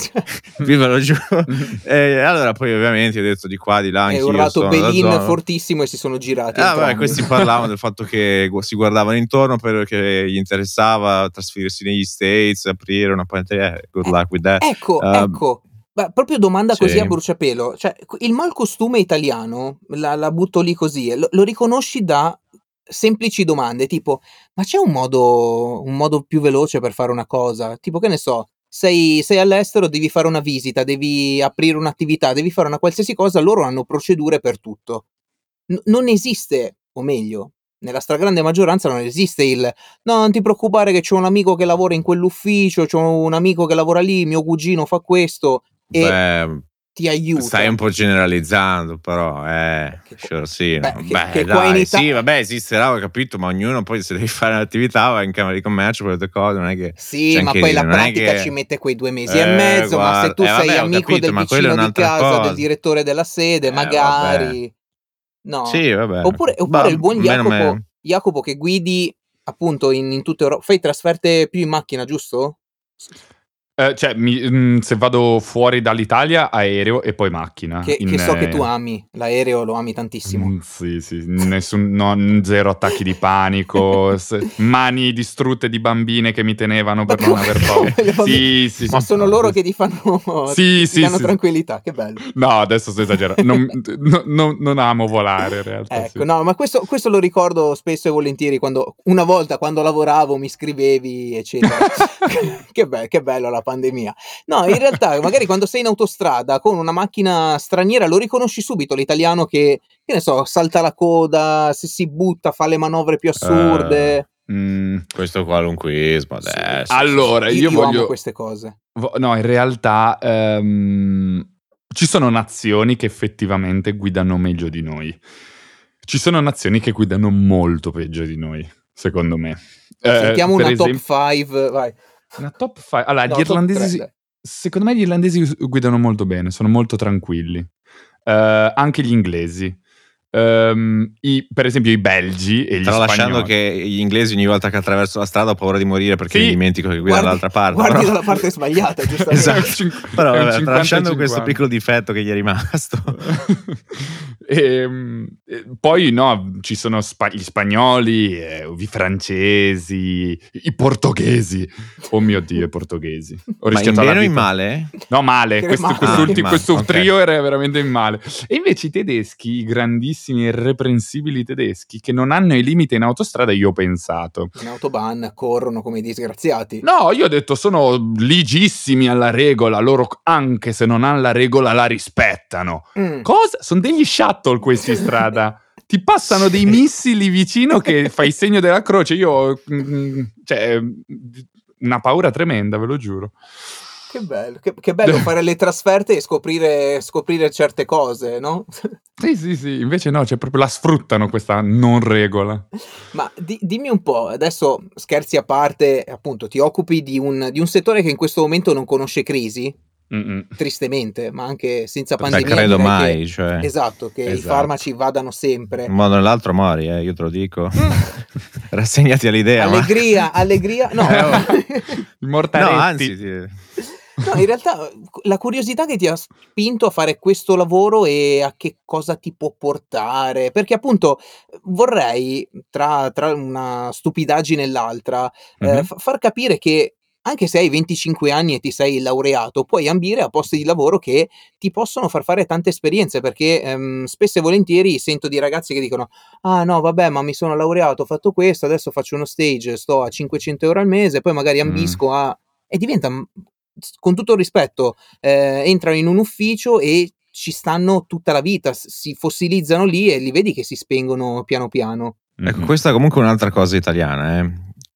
[SPEAKER 2] vi ve lo giuro. E allora poi ovviamente ho detto di qua, di là,
[SPEAKER 1] è
[SPEAKER 2] anch'io
[SPEAKER 1] urlato
[SPEAKER 2] sono
[SPEAKER 1] Belin
[SPEAKER 2] da zona.
[SPEAKER 1] fortissimo e si sono girati.
[SPEAKER 2] Ah, beh, questi parlavano del fatto che si guardavano intorno perché gli interessava trasferirsi negli States, aprire una panetteria. Good luck with that.
[SPEAKER 1] Ecco,
[SPEAKER 2] uh,
[SPEAKER 1] ecco. Beh, proprio domanda così
[SPEAKER 2] sì.
[SPEAKER 1] a bruciapelo, cioè il malcostume italiano, la, la butto lì così, lo, lo riconosci da semplici domande, tipo, ma c'è un modo, un modo più veloce per fare una cosa? Tipo, che ne so, sei, sei all'estero, devi fare una visita, devi aprire un'attività, devi fare una qualsiasi cosa, loro hanno procedure per tutto. N- non esiste, o meglio, nella stragrande maggioranza non esiste il no, non ti preoccupare che c'ho un amico che lavora in quell'ufficio, c'ho un amico che lavora lì, mio cugino fa questo e
[SPEAKER 2] Beh,
[SPEAKER 1] ti aiuta.
[SPEAKER 2] Stai un po' generalizzando, però, eh,
[SPEAKER 1] che,
[SPEAKER 2] sure, sì,
[SPEAKER 1] beh,
[SPEAKER 2] no.
[SPEAKER 1] che,
[SPEAKER 2] beh,
[SPEAKER 1] che
[SPEAKER 2] dai,
[SPEAKER 1] qua in Italia,
[SPEAKER 2] sì, vabbè, esisterà, ho capito, ma ognuno poi se devi fare un'attività va in camera di commercio per le tue cose, non è che
[SPEAKER 1] sì, ma poi
[SPEAKER 2] dire,
[SPEAKER 1] la
[SPEAKER 2] non
[SPEAKER 1] pratica
[SPEAKER 2] è che...
[SPEAKER 1] ci mette quei due mesi
[SPEAKER 2] eh,
[SPEAKER 1] e mezzo,
[SPEAKER 2] guarda,
[SPEAKER 1] ma se tu
[SPEAKER 2] eh,
[SPEAKER 1] sei
[SPEAKER 2] vabbè,
[SPEAKER 1] amico
[SPEAKER 2] capito,
[SPEAKER 1] del
[SPEAKER 2] ma quello è
[SPEAKER 1] vicino di
[SPEAKER 2] un'altra
[SPEAKER 1] casa,
[SPEAKER 2] cosa.
[SPEAKER 1] del direttore della sede,
[SPEAKER 2] eh,
[SPEAKER 1] magari,
[SPEAKER 2] vabbè.
[SPEAKER 1] no?
[SPEAKER 2] Sì, vabbè.
[SPEAKER 1] Oppure, oppure
[SPEAKER 2] Bah,
[SPEAKER 1] il buon
[SPEAKER 2] meno
[SPEAKER 1] Jacopo,
[SPEAKER 2] me...
[SPEAKER 1] Jacopo che guidi appunto in, in tutta Europa, fai trasferte più in macchina, giusto?
[SPEAKER 3] Eh, cioè, mi, mh, se vado fuori dall'Italia, aereo e poi macchina.
[SPEAKER 1] Che,
[SPEAKER 3] in,
[SPEAKER 1] che so che tu
[SPEAKER 3] eh,
[SPEAKER 1] ami, l'aereo lo ami tantissimo.
[SPEAKER 3] Mm, sì, sì, nessun, no, zero attacchi di panico, s- mani distrutte di bambine che mi tenevano per
[SPEAKER 1] Ma
[SPEAKER 3] non
[SPEAKER 1] come-
[SPEAKER 3] aver paura.
[SPEAKER 1] come le bambine?
[SPEAKER 3] Sì, sì,
[SPEAKER 1] Ma
[SPEAKER 3] sì.
[SPEAKER 1] sono loro che ti fanno,
[SPEAKER 3] Sì,
[SPEAKER 1] ti
[SPEAKER 3] sì,
[SPEAKER 1] danno
[SPEAKER 3] sì.
[SPEAKER 1] tranquillità, che bello.
[SPEAKER 3] No, adesso sto esagerando. Non, no, no, non amo volare in realtà.
[SPEAKER 1] Ecco,
[SPEAKER 3] Sì.
[SPEAKER 1] no, ma questo, questo lo ricordo spesso e volentieri quando una volta quando lavoravo mi scrivevi, eccetera. che, be- che bello la pandemia. No, in realtà, magari quando sei in autostrada con una macchina straniera lo riconosci subito l'italiano che, che ne so, salta la coda, se si butta, fa le manovre più assurde.
[SPEAKER 2] Uh,
[SPEAKER 3] Mm.
[SPEAKER 2] questo qualunquismo
[SPEAKER 1] Sì,
[SPEAKER 2] adesso.
[SPEAKER 1] sì,
[SPEAKER 3] Allora,
[SPEAKER 1] sì, sì.
[SPEAKER 3] io,
[SPEAKER 1] Io
[SPEAKER 3] voglio...
[SPEAKER 1] amo queste cose.
[SPEAKER 3] No, in realtà um, ci sono nazioni che effettivamente guidano meglio di noi. Ci sono nazioni che guidano molto peggio di noi, secondo me.
[SPEAKER 1] Sentiamo
[SPEAKER 3] eh,
[SPEAKER 1] una
[SPEAKER 3] esempio,
[SPEAKER 1] top cinque, vai.
[SPEAKER 3] Una top cinque. Allora,
[SPEAKER 1] No,
[SPEAKER 3] gli irlandesi,
[SPEAKER 1] tre,
[SPEAKER 3] secondo me gli irlandesi guidano molto bene, sono molto tranquilli. Uh, anche gli inglesi. Um, i, per esempio i belgi e gli
[SPEAKER 2] Tralasciando
[SPEAKER 3] spagnoli.
[SPEAKER 2] che gli inglesi ogni volta che attraverso la strada ho paura di morire perché
[SPEAKER 3] sì,
[SPEAKER 2] mi dimentico che guida dall'altra parte.
[SPEAKER 1] Guardi
[SPEAKER 2] però...
[SPEAKER 1] dalla parte sbagliata, giustamente.
[SPEAKER 2] Esatto.
[SPEAKER 3] Cin-
[SPEAKER 2] però vabbè,
[SPEAKER 3] cinquanta
[SPEAKER 2] tralasciando questo piccolo difetto che gli è rimasto.
[SPEAKER 3] e, e poi no, ci sono spa- gli spagnoli, eh, i francesi, i portoghesi. Oh mio Dio, i portoghesi. Ho
[SPEAKER 2] Ma in
[SPEAKER 3] rischiato la
[SPEAKER 2] bene o in
[SPEAKER 3] vita.
[SPEAKER 2] male?
[SPEAKER 3] No, male.
[SPEAKER 1] Che
[SPEAKER 3] Questo,
[SPEAKER 1] male.
[SPEAKER 3] quest'ultimo,
[SPEAKER 2] Ah,
[SPEAKER 3] questo
[SPEAKER 2] male, okay.
[SPEAKER 3] trio era veramente in male. E invece i tedeschi, i grandissimi e irreprensibili tedeschi, che non hanno i limiti in autostrada, io ho pensato.
[SPEAKER 1] In autobahn corrono come i disgraziati.
[SPEAKER 3] No, io ho detto sono ligissimi alla regola, loro anche se non hanno la regola la rispettano.
[SPEAKER 1] Mm.
[SPEAKER 3] Cosa? Sono degli shuttle questi in strada. Ti passano dei missili vicino che fai il segno della croce. Io, mm, cioè, una paura tremenda, ve lo giuro.
[SPEAKER 1] Che bello, che, che bello fare le trasferte e scoprire, scoprire certe cose, no?
[SPEAKER 3] Sì, sì, sì, invece no, cioè proprio la sfruttano questa non regola.
[SPEAKER 1] Ma di, dimmi un po', adesso scherzi a parte, appunto, ti occupi di un, di un settore che in questo momento non conosce crisi?
[SPEAKER 3] Mm-mm.
[SPEAKER 1] Tristemente, ma anche senza
[SPEAKER 2] Beh,
[SPEAKER 1] pandemia
[SPEAKER 2] credo
[SPEAKER 1] direi
[SPEAKER 2] mai,
[SPEAKER 1] che,
[SPEAKER 2] cioè.
[SPEAKER 1] esatto, che
[SPEAKER 3] Esatto.
[SPEAKER 1] i farmaci vadano sempre.
[SPEAKER 2] In un modo o nell'altro mori, eh, io te lo dico. Rassegnati all'idea.
[SPEAKER 1] Allegria,
[SPEAKER 2] ma...
[SPEAKER 1] allegria, no.
[SPEAKER 2] Eh, oh.
[SPEAKER 3] Mortaretti.
[SPEAKER 2] No, anzi... Ti...
[SPEAKER 1] No, in realtà la curiosità che ti ha spinto a fare questo lavoro e a che cosa ti può portare, perché appunto vorrei, tra, tra una stupidaggine e l'altra,
[SPEAKER 3] Mm-hmm.
[SPEAKER 1] eh, f- far capire che anche se hai venticinque anni e ti sei laureato, puoi ambire a posti di lavoro che ti possono far fare tante esperienze, perché ehm, spesso e volentieri sento di ragazzi che dicono ah no vabbè ma mi sono laureato, ho fatto questo, adesso faccio uno stage, sto a cinquecento euro al mese, poi magari ambisco
[SPEAKER 2] Mm.
[SPEAKER 1] a... e diventa... con tutto il rispetto, eh, entrano in un ufficio e ci stanno tutta la vita, si fossilizzano lì e li vedi che si spengono piano piano.
[SPEAKER 2] Ecco, questa è comunque un'altra cosa italiana, eh.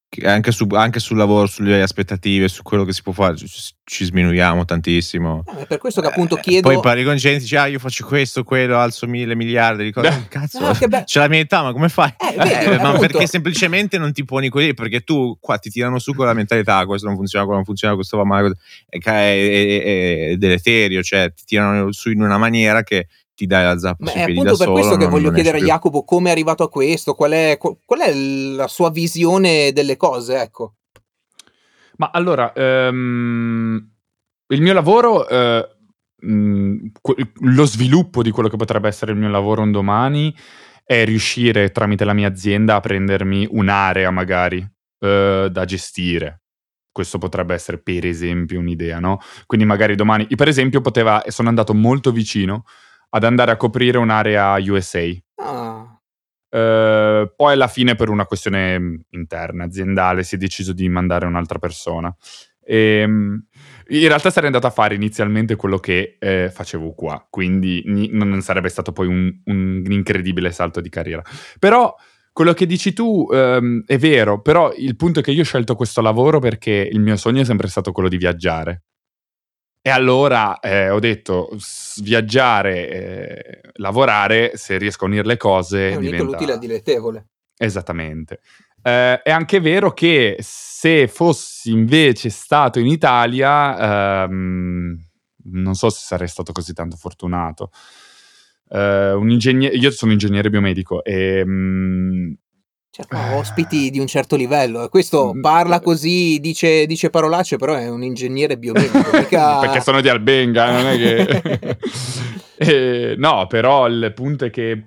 [SPEAKER 2] anche, su, anche sul lavoro, sulle aspettative, su quello che si può fare, ci, ci sminuiamo tantissimo.
[SPEAKER 1] Eh, per questo che appunto chiedo.
[SPEAKER 2] Poi parli con gente, dici, ah, io faccio questo, quello, alzo mille miliardi di cose. Cazzo,
[SPEAKER 1] no, che be-
[SPEAKER 2] c'è la mia età, ma come fai?
[SPEAKER 1] Eh, vedi,
[SPEAKER 2] eh, ma
[SPEAKER 1] appunto.
[SPEAKER 2] perché semplicemente non ti poni così? Perché tu qua ti tirano su con la mentalità, questo non funziona, quello non funziona, questo va male, è, è, è, è deleterio, cioè ti tirano su in una maniera che ti dai la zappa
[SPEAKER 1] Ma
[SPEAKER 2] sui
[SPEAKER 1] è
[SPEAKER 2] piedi
[SPEAKER 1] appunto
[SPEAKER 2] da
[SPEAKER 1] per
[SPEAKER 2] solo.
[SPEAKER 1] questo che
[SPEAKER 2] non,
[SPEAKER 1] voglio
[SPEAKER 2] non
[SPEAKER 1] chiedere a
[SPEAKER 2] più.
[SPEAKER 1] Jacopo come è arrivato a questo, qual è, qual è la sua visione delle cose, ecco.
[SPEAKER 3] Ma allora, um, il mio lavoro, uh, mh, lo sviluppo di quello che potrebbe essere il mio lavoro un domani è riuscire tramite la mia azienda a prendermi un'area magari uh, da gestire. Questo potrebbe essere per esempio un'idea, no? Quindi magari domani, io per esempio poteva, sono andato molto vicino ad andare a coprire un'area U S A.
[SPEAKER 1] Ah.
[SPEAKER 3] Uh, poi alla fine per una questione interna, aziendale, si è deciso di mandare un'altra persona. E, in realtà sarei andato a fare inizialmente quello che eh, facevo qua, quindi ni- non sarebbe stato poi un, un incredibile salto di carriera. Però quello che dici tu um, è vero, però il punto è che io ho scelto questo lavoro perché il mio sogno è sempre stato quello di viaggiare. E allora eh, ho detto, viaggiare, eh, lavorare, se riesco a unire le cose,
[SPEAKER 1] è unito
[SPEAKER 3] diventa...
[SPEAKER 1] l'utile al dilettevole.
[SPEAKER 3] Esattamente. Eh, è anche vero che se fossi invece stato in Italia, ehm, non so se sarei stato così tanto fortunato. Eh, un ingegnere, io sono ingegnere biomedico e... Mm,
[SPEAKER 1] Cioè, qua ospiti di un certo livello, questo parla così, dice, dice parolacce, però è un ingegnere biomedico. Mica...
[SPEAKER 3] Perché sono di Albenga, non è che... eh, no, però il punto è che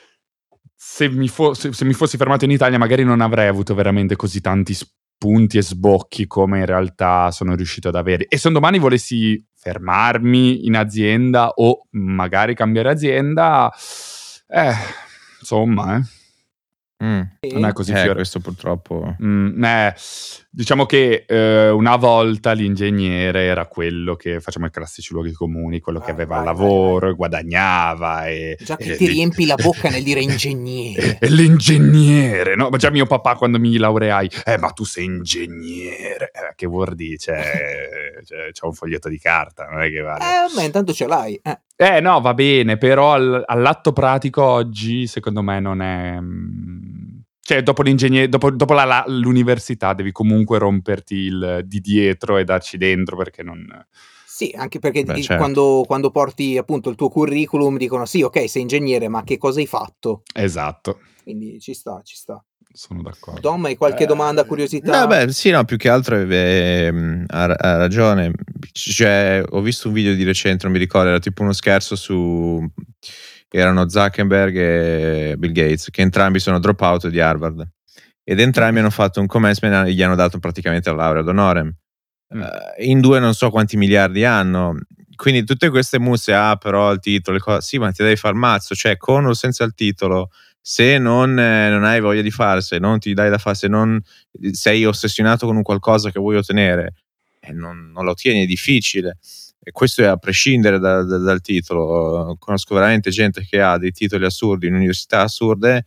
[SPEAKER 3] se mi, fo- se, se mi fossi fermato in Italia magari non avrei avuto veramente così tanti spunti e sbocchi come in realtà sono riuscito ad avere. E se un domani volessi fermarmi in azienda o magari cambiare azienda, eh, insomma, eh.
[SPEAKER 2] Mm.
[SPEAKER 3] Non è così
[SPEAKER 2] eh,
[SPEAKER 3] fiore.
[SPEAKER 2] Questo purtroppo
[SPEAKER 3] mm, eh, diciamo che eh, una volta l'ingegnere era quello che facciamo i classici luoghi comuni, quello vai, che aveva vai, il lavoro vai, vai. E guadagnava e,
[SPEAKER 1] già che
[SPEAKER 3] e
[SPEAKER 1] ti
[SPEAKER 3] li...
[SPEAKER 1] riempi la bocca nel dire ingegnere.
[SPEAKER 3] E l'ingegnere, no? Ma già mio papà quando mi laureai, eh ma tu sei ingegnere, eh, che vuol dire? C'è, c'è, c'è un foglietto di carta, non è che vale.
[SPEAKER 1] Eh, ma intanto ce l'hai. Eh,
[SPEAKER 3] eh no, va bene, però al, all'atto pratico oggi secondo me non è... Cioè, dopo l'ingegnere, dopo, dopo la, la, l'università devi comunque romperti il di dietro e darci dentro perché non...
[SPEAKER 1] Sì, anche perché
[SPEAKER 2] Beh,
[SPEAKER 1] di,
[SPEAKER 2] certo.
[SPEAKER 1] quando, quando porti appunto il tuo curriculum dicono sì, ok, sei ingegnere, ma che cosa hai fatto?
[SPEAKER 3] Esatto.
[SPEAKER 1] Quindi ci sta, ci sta.
[SPEAKER 3] Sono d'accordo.
[SPEAKER 1] Dom, hai qualche eh, domanda, curiosità?
[SPEAKER 2] No, beh, sì, no, più che altro eh, ha, ha ragione. Cioè, ho visto un video di recente, non mi ricordo, era tipo uno scherzo su... erano Zuckerberg e Bill Gates, che entrambi sono drop out di Harvard. Ed entrambi hanno fatto un commencement e gli hanno dato praticamente la laurea d'onore. Mm. Uh, in due non so quanti miliardi hanno. Quindi tutte queste muse, ah, però il titolo, le cose, sì, ma ti devi far mazzo, cioè con o senza il titolo, se non, eh, non hai voglia di fare, se non ti dai da fare, se non sei ossessionato con un qualcosa che vuoi ottenere, eh, non, non lo ottieni, è difficile. E questo è a prescindere da, da, dal titolo. Conosco veramente gente che ha dei titoli assurdi in università assurde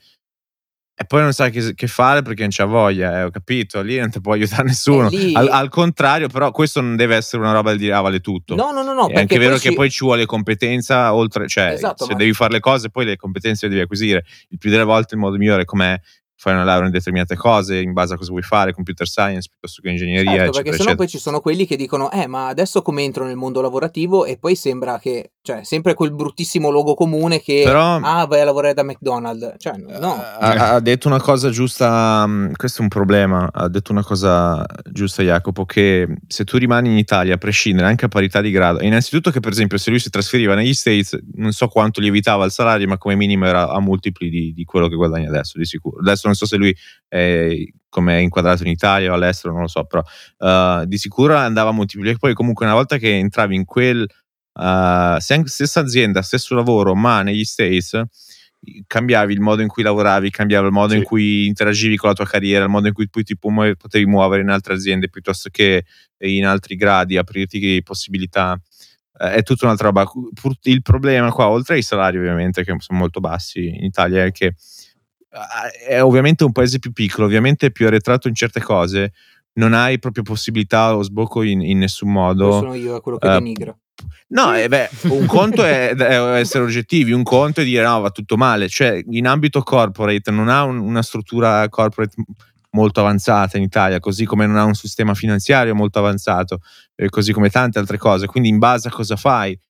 [SPEAKER 2] e poi non sa che, che fare perché non c'ha voglia, eh, ho capito, lì non ti può aiutare nessuno. Lì... Al, al contrario, però questo non deve essere una roba del dire ah, vale tutto.
[SPEAKER 1] No, no, no, no.
[SPEAKER 2] È anche vero
[SPEAKER 1] poi
[SPEAKER 2] che
[SPEAKER 1] ci...
[SPEAKER 2] poi ci vuole competenza oltre, cioè
[SPEAKER 1] esatto,
[SPEAKER 2] se
[SPEAKER 1] ma...
[SPEAKER 2] devi fare le cose poi le competenze le devi acquisire. Il più delle volte il modo migliore com'è fare una laurea in determinate cose in base a cosa vuoi fare, computer science piuttosto che ingegneria,
[SPEAKER 1] certo,
[SPEAKER 2] eccetera,
[SPEAKER 1] perché sennò
[SPEAKER 2] eccetera.
[SPEAKER 1] poi ci sono quelli che dicono eh ma adesso come entro nel mondo lavorativo e poi sembra che, cioè sempre quel bruttissimo luogo comune che però, ah vai a lavorare da McDonald's, cioè no.
[SPEAKER 2] Ha, ha detto una cosa giusta, questo è un problema, ha detto una cosa giusta Jacopo, che se tu rimani in Italia a prescindere anche a parità di grado, innanzitutto che per esempio se lui si trasferiva negli States non so quanto lievitava il salario, ma come minimo era a multipli di, di quello che guadagna adesso, di sicuro. Adesso non so se lui è, come è inquadrato in Italia o all'estero, non lo so, però uh, di sicuro andava a moltiplicare. Poi comunque una volta che entravi in quel uh, stessa azienda, stesso lavoro, ma negli States, cambiavi il modo in cui lavoravi, cambiava il modo sì. in cui interagivi con la tua carriera, il modo in cui poi ti potevi muovere in altre aziende piuttosto che in altri gradi, aprirti possibilità. Uh, è tutta un'altra roba. Il problema qua, oltre ai salari ovviamente che sono molto bassi in Italia, è che è ovviamente un paese più piccolo, ovviamente più arretrato in certe cose, non hai proprio possibilità o sbocco in, in nessun modo.
[SPEAKER 1] Poi sono io, è quello che
[SPEAKER 2] uh,
[SPEAKER 1] denigra.
[SPEAKER 2] No, eh beh, un conto è, è essere oggettivi, un conto è dire no, va tutto male. Cioè, in ambito corporate non ha un, una struttura corporate molto avanzata in Italia, così come non ha un sistema finanziario molto avanzato, eh, così come tante altre cose. Quindi in base a cosa fai?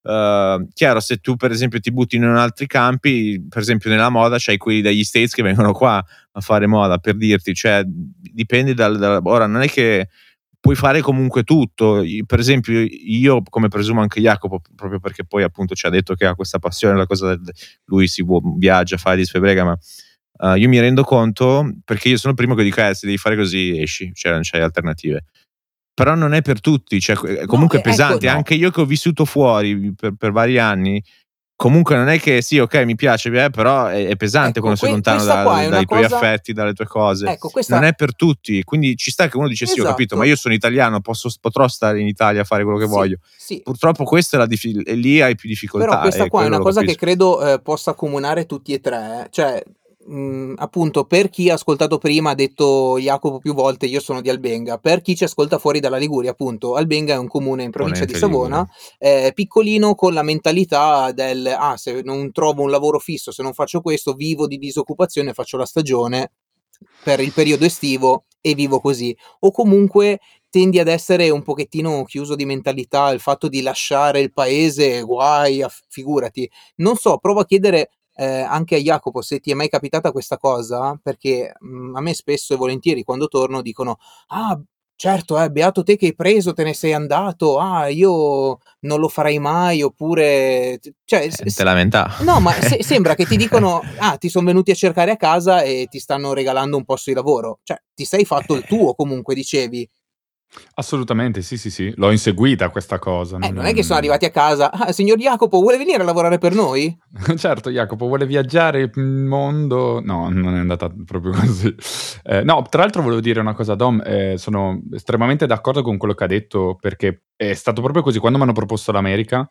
[SPEAKER 2] Uh, chiaro, se tu per esempio ti butti in altri campi, per esempio nella moda c'hai quelli dagli States che vengono qua a fare moda, per dirti, cioè dipende dal, dal ora non è che puoi fare comunque tutto. Per esempio io, come presumo anche Jacopo, proprio perché poi appunto ci ha detto che ha questa passione, la cosa del, lui si vuole, viaggia, fa di sfebrega, ma uh, io mi rendo conto, perché io sono il primo che dico eh, se devi fare così esci, cioè non c'hai alternative. Però non è per tutti, cioè comunque no, è pesante. Ecco, no. Anche io che ho vissuto fuori per, per vari anni, comunque non è che sì, ok, mi piace, eh, però è, è pesante, ecco, quando sei que- lontano da, dai tuoi cosa... affetti, dalle tue cose.
[SPEAKER 1] Ecco, questa...
[SPEAKER 2] Non è per tutti, quindi ci sta che uno dice esatto. Sì, ho capito, ma io sono italiano, posso, potrò stare in Italia a fare quello che
[SPEAKER 1] sì,
[SPEAKER 2] voglio.
[SPEAKER 1] Sì.
[SPEAKER 2] Purtroppo questa è la dif- e lì hai più difficoltà.
[SPEAKER 1] Però questa qua è una cosa che credo eh, possa accomunare tutti e tre, cioè mh, appunto per chi ha ascoltato prima, ha detto Jacopo più volte, io sono di Albenga, per chi ci ascolta fuori dalla Liguria, appunto Albenga è un comune in provincia Ponente di Savona, eh, piccolino, con la mentalità del ah, se non trovo un lavoro fisso, se non faccio questo, vivo di disoccupazione, faccio la stagione per il periodo estivo e vivo così, o comunque tendi ad essere un pochettino chiuso di mentalità, il fatto di lasciare il paese, guai, figurati. Non so, provo a chiedere eh, anche a Jacopo se ti è mai capitata questa cosa, perché mh, a me spesso e volentieri quando torno dicono ah, certo, eh, beato te che hai preso, te ne sei andato, ah, io non lo farei mai, oppure... Cioè,
[SPEAKER 2] eh, te lamenta.
[SPEAKER 1] No, ma se, sembra che ti dicono, ah, ti sono venuti a cercare a casa e ti stanno regalando un posto di lavoro. Cioè, ti sei fatto il tuo comunque, dicevi.
[SPEAKER 3] Assolutamente, sì, sì, sì. L'ho inseguita questa cosa.
[SPEAKER 1] Eh, non è che sono arrivati a casa, ah, signor Jacopo, vuole venire a lavorare per noi?
[SPEAKER 3] Certo, Jacopo, vuole viaggiare il mondo? No, non è andata proprio così. Eh, no, tra l'altro volevo dire una cosa, Dom, eh, sono estremamente d'accordo con quello che ha detto, perché è stato proprio così. Quando mi hanno proposto l'America,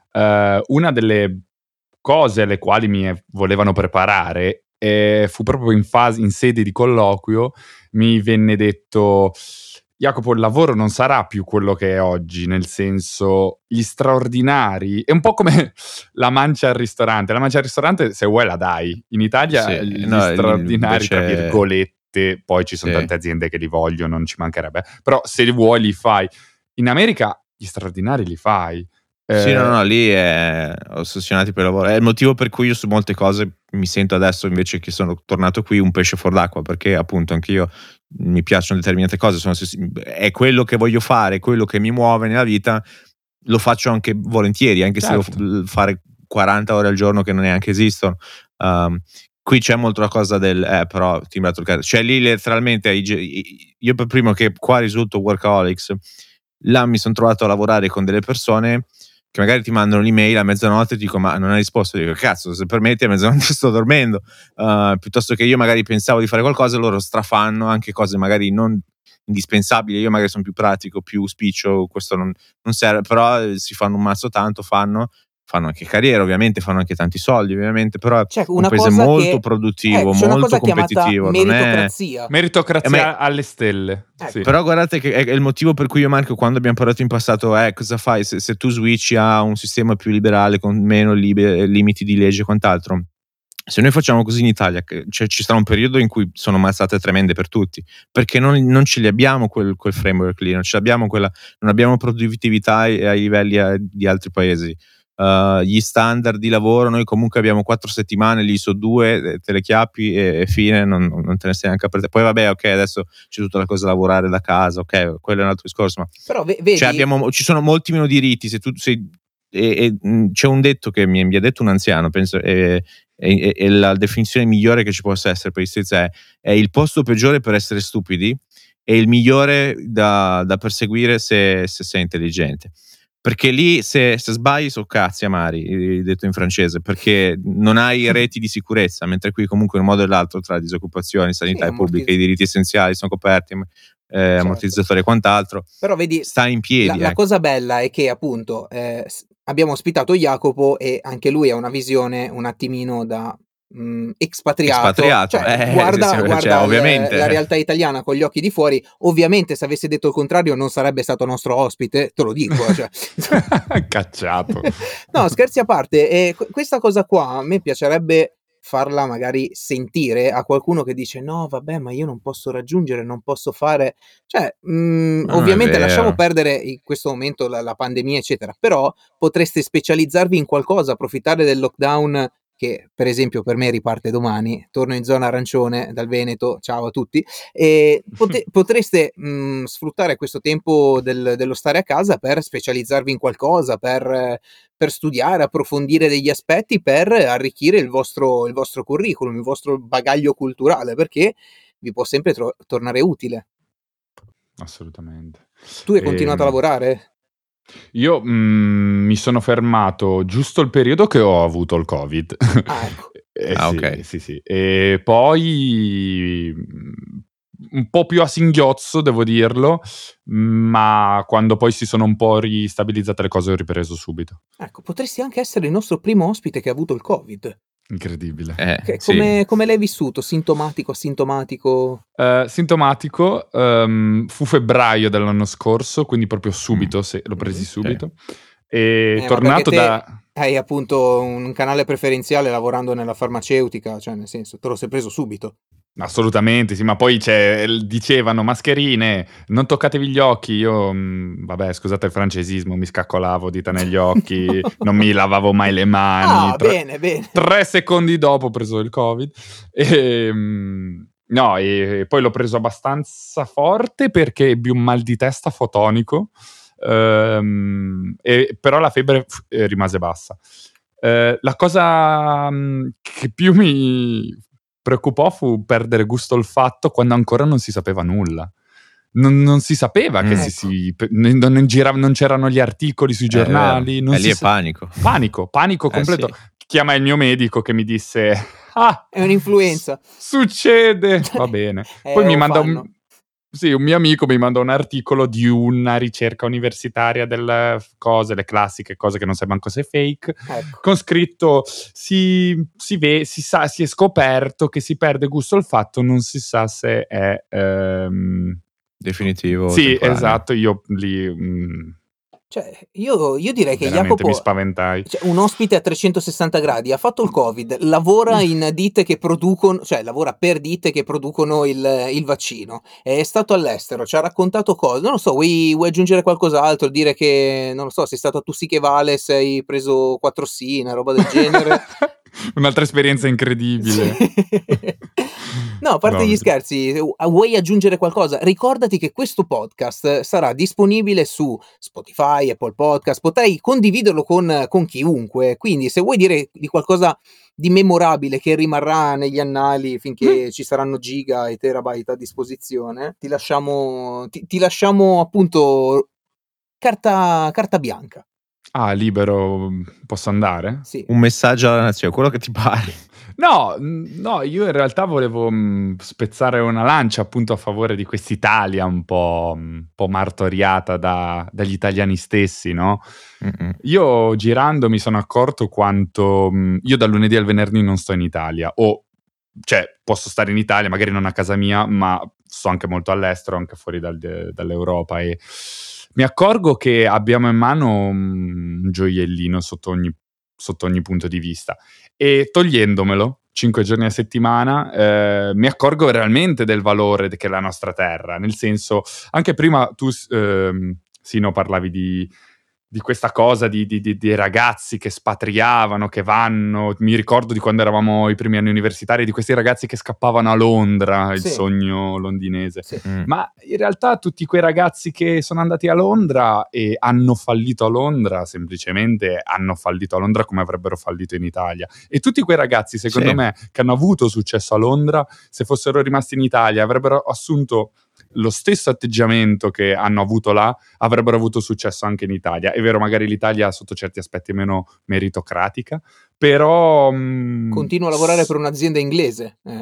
[SPEAKER 3] eh, una delle cose alle quali mi volevano preparare eh, fu proprio in, fase, in sede di colloquio, mi venne detto... Jacopo, il lavoro non sarà più quello che è oggi, nel senso, gli straordinari, è un po' come la mancia al ristorante, la mancia al ristorante se vuoi la dai, in Italia
[SPEAKER 2] sì,
[SPEAKER 3] gli
[SPEAKER 2] no,
[SPEAKER 3] straordinari
[SPEAKER 2] invece...
[SPEAKER 3] tra virgolette, poi ci sono sì. tante aziende che li vogliono, non ci mancherebbe, però se li vuoi li fai, in America gli straordinari li fai.
[SPEAKER 2] Sì, no, no, lì è ossessionati per il lavoro. È il motivo per cui io su molte cose mi sento adesso, invece che sono tornato qui, un pesce fuor d'acqua, perché appunto anch'io mi piacciono determinate cose, sono, è quello che voglio fare, quello che mi muove nella vita, lo faccio anche volentieri, anche certo. se devo fare quaranta ore al giorno che non neanche esistono. Um, qui c'è molto la cosa del eh, però ti metto il caso, cioè lì letteralmente io per primo che qua risulto workaholics, là mi sono trovato a lavorare con delle persone che magari ti mandano l'email a mezzanotte e ti dico ma non hai risposto, dico cazzo se permetti a mezzanotte sto dormendo, uh, piuttosto che io magari pensavo di fare qualcosa, loro strafanno anche cose magari non indispensabili, io magari sono più pratico, più spiccio, questo non, non serve, però si fanno un mazzo tanto, fanno fanno anche carriera, ovviamente fanno anche tanti soldi, ovviamente, però
[SPEAKER 1] cioè,
[SPEAKER 2] un paese molto
[SPEAKER 1] che,
[SPEAKER 2] produttivo,
[SPEAKER 1] eh,
[SPEAKER 2] molto competitivo,
[SPEAKER 3] meritocrazia.
[SPEAKER 2] Non è...
[SPEAKER 3] meritocrazia eh, alle stelle.
[SPEAKER 1] Ecco.
[SPEAKER 3] Sì.
[SPEAKER 2] Però guardate che è il motivo per cui io, Marco, quando abbiamo parlato in passato, eh, cosa fai se, se tu switchi a un sistema più liberale con meno libe, limiti di legge e quant'altro? Se noi facciamo così in Italia, cioè, ci sarà un periodo in cui sono mazzate tremende per tutti, perché non, non ce li abbiamo quel, quel framework lì, non ce l'abbiamo quella, non abbiamo produttività ai, ai livelli a, di altri paesi. Uh, gli standard di lavoro, noi comunque abbiamo quattro settimane, lì so due, te le chiappi e, e fine, non, non te ne stai neanche a per te. Poi vabbè, ok, adesso c'è tutta la cosa lavorare da casa, ok, quello è un altro discorso, ma
[SPEAKER 1] però vedi,
[SPEAKER 2] cioè abbiamo, ci sono molti meno diritti, se tu sei, e, e, mh, c'è un detto che mi, mi ha detto un anziano, penso, e, e, e la definizione migliore che ci possa essere per gli States è, è il posto peggiore per essere stupidi e il migliore da, da perseguire se, se sei intelligente. Perché lì se, se sbagli so cazzi amari, detto in francese, perché non hai reti di sicurezza, mentre qui comunque in un modo o nell'altro tra disoccupazione, sanità sì, pubblica, i diritti essenziali sono coperti, eh, certo. ammortizzatori e quant'altro,
[SPEAKER 1] però vedi,
[SPEAKER 2] sta in piedi.
[SPEAKER 1] La,
[SPEAKER 2] ecco.
[SPEAKER 1] la cosa bella è che appunto eh, abbiamo ospitato Jacopo e anche lui ha una visione un attimino da mh, espatriato,
[SPEAKER 2] Espatriato,
[SPEAKER 1] cioè,
[SPEAKER 2] eh,
[SPEAKER 1] guarda,
[SPEAKER 2] sì, sì,
[SPEAKER 1] guarda
[SPEAKER 2] cioè,
[SPEAKER 1] il-
[SPEAKER 2] ovviamente.
[SPEAKER 1] la realtà italiana con gli occhi di fuori. Ovviamente se avesse detto il contrario non sarebbe stato nostro ospite, te lo dico. eh, Cioè.
[SPEAKER 3] Cacciato.
[SPEAKER 1] No, scherzi a parte, eh, que- questa cosa qua a me piacerebbe farla magari sentire a qualcuno che dice no vabbè ma io non posso raggiungere, non posso fare, cioè mh,
[SPEAKER 2] Ma non è
[SPEAKER 1] ovviamente lasciamo
[SPEAKER 2] vero.
[SPEAKER 1] perdere in questo momento la, la pandemia eccetera, però potreste specializzarvi in qualcosa, approfittare del lockdown che per esempio per me riparte domani, torno in zona arancione dal Veneto, ciao a tutti, e pote- potreste mh, sfruttare questo tempo del- dello stare a casa per specializzarvi in qualcosa, per, eh, per studiare, approfondire degli aspetti, per arricchire il vostro, il vostro curriculum, il vostro bagaglio culturale, perché vi può sempre tro- tornare utile.
[SPEAKER 3] Assolutamente.
[SPEAKER 1] Tu hai continuato a
[SPEAKER 3] Ehm,
[SPEAKER 1] lavorare?
[SPEAKER 3] Io mm, mi sono fermato giusto il periodo che ho avuto il Covid.
[SPEAKER 1] Ah, ecco.
[SPEAKER 3] Eh,
[SPEAKER 2] Ah,
[SPEAKER 3] sì,
[SPEAKER 2] ok.
[SPEAKER 3] sì, sì. E poi mm, un po' più a singhiozzo, devo dirlo, ma quando poi si sono un po' ristabilizzate le cose ho ripreso subito.
[SPEAKER 1] Ecco, potresti anche essere il nostro primo ospite che ha avuto il Covid.
[SPEAKER 3] Incredibile.
[SPEAKER 2] Eh,
[SPEAKER 1] Che-
[SPEAKER 2] sì.
[SPEAKER 1] come, come l'hai vissuto? Sintomatico, asintomatico?
[SPEAKER 3] Eh, sintomatico, ehm, fu febbraio dell'anno scorso, quindi proprio subito, se, l'ho presi
[SPEAKER 1] Mhm.
[SPEAKER 3] subito. E
[SPEAKER 1] Eh, ma
[SPEAKER 3] tornato
[SPEAKER 1] perché te
[SPEAKER 3] da...
[SPEAKER 1] hai appunto un canale preferenziale lavorando nella farmaceutica, cioè nel senso, te lo sei preso subito.
[SPEAKER 3] Assolutamente, sì, ma poi c'è, dicevano mascherine, non toccatevi gli occhi. Io, mh, vabbè, scusate il francesismo, mi scaccolavo dita negli occhi, non mi lavavo mai le mani.
[SPEAKER 1] Ah,
[SPEAKER 3] tre,
[SPEAKER 1] bene, bene.
[SPEAKER 3] tre secondi dopo ho preso il Covid. E, mh, no, e poi l'ho preso abbastanza forte perché ebbi un mal di testa fotonico, ehm, e, però la febbre f- eh, rimase bassa. Eh, la cosa mh, che più mi preoccupò fu perdere gusto olfatto quando ancora non si sapeva nulla. Non, non si sapeva che
[SPEAKER 2] Mm.
[SPEAKER 3] si, si non, non, girava, non c'erano gli articoli sui
[SPEAKER 2] È
[SPEAKER 3] giornali.
[SPEAKER 2] vero.
[SPEAKER 3] Non
[SPEAKER 2] E
[SPEAKER 3] si
[SPEAKER 2] lì è
[SPEAKER 3] sa-
[SPEAKER 2] panico.
[SPEAKER 3] Panico, panico
[SPEAKER 2] Eh,
[SPEAKER 3] completo.
[SPEAKER 2] sì.
[SPEAKER 3] Chiama il mio medico che mi disse: ah,
[SPEAKER 1] È un'influenza.
[SPEAKER 3] succede. Va bene.
[SPEAKER 1] Eh,
[SPEAKER 3] Poi mi
[SPEAKER 1] lo
[SPEAKER 3] manda
[SPEAKER 1] fanno.
[SPEAKER 3] un... Sì, un mio amico mi manda un articolo di una ricerca universitaria delle cose, le classiche cose che non sai manco se è fake,
[SPEAKER 1] Ecco.
[SPEAKER 3] con scritto si, si, ve, si, sa, si è scoperto che si perde gusto olfatto, non si sa se è... ehm...
[SPEAKER 2] Definitivo.
[SPEAKER 3] Sì,
[SPEAKER 2] temporaneo.
[SPEAKER 3] esatto, io lì... mm,
[SPEAKER 1] Cioè, io, io direi che
[SPEAKER 3] veramente mi
[SPEAKER 1] Jacopo,
[SPEAKER 3] spaventai.
[SPEAKER 1] cioè, un ospite a trecentosessanta gradi, ha fatto il Covid, lavora in ditte che producono, cioè lavora per ditte che producono il, il vaccino, è stato all'estero, ci ha raccontato cose, non lo so, vuoi, vuoi aggiungere qualcos'altro, dire che, non lo so, sei stato a Tussi Vales, hai preso quattro sì, una roba del genere?
[SPEAKER 3] Un'altra esperienza incredibile.
[SPEAKER 1] Sì. No, a parte
[SPEAKER 3] No,
[SPEAKER 1] gli
[SPEAKER 3] mi-
[SPEAKER 1] scherzi, se vuoi aggiungere qualcosa? Ricordati che questo podcast sarà disponibile su Spotify, Apple Podcast, potrai condividerlo con, con chiunque, quindi se vuoi dire di qualcosa di memorabile che rimarrà negli annali finché ci saranno giga e terabyte a disposizione, ti lasciamo, ti, ti lasciamo appunto carta, carta bianca.
[SPEAKER 3] Ah, libero, posso andare?
[SPEAKER 1] Sì.
[SPEAKER 2] Un messaggio alla nazione, quello che ti pare.
[SPEAKER 3] No, mh, no, io in realtà volevo mh, spezzare una lancia appunto a favore di quest'Italia un po', un po' martoriata da- dagli italiani stessi, no?
[SPEAKER 2] Mm-mm.
[SPEAKER 3] Io girando mi sono accorto quanto... mh, io dal lunedì al venerdì non sto in Italia, o cioè posso stare in Italia, magari non a casa mia, ma sto anche molto all'estero, anche fuori dal- dall'Europa, e mi accorgo che abbiamo in mano un gioiellino sotto ogni, sotto ogni punto di vista. E togliendomelo cinque giorni a settimana, eh, mi accorgo realmente del valore che è la nostra terra. Nel senso, anche prima tu, ehm, Sino, parlavi di, di questa cosa di, di, di, di ragazzi che spatriavano, che vanno. Mi ricordo di quando eravamo i primi anni universitari, di questi ragazzi che scappavano a Londra, il
[SPEAKER 1] Sì.
[SPEAKER 3] sogno londinese.
[SPEAKER 1] Sì.
[SPEAKER 2] Mm.
[SPEAKER 3] Ma in realtà tutti quei ragazzi che sono andati a Londra e hanno fallito a Londra, semplicemente hanno fallito a Londra come avrebbero fallito in Italia. E tutti quei ragazzi, secondo
[SPEAKER 2] Sì.
[SPEAKER 3] me, che hanno avuto successo a Londra, se fossero rimasti in Italia, avrebbero assunto lo stesso atteggiamento che hanno avuto là, avrebbero avuto successo anche in Italia. È vero, magari l'Italia sotto certi aspetti è meno meritocratica, Però mh,
[SPEAKER 1] continuo a lavorare per un'azienda inglese. Eh.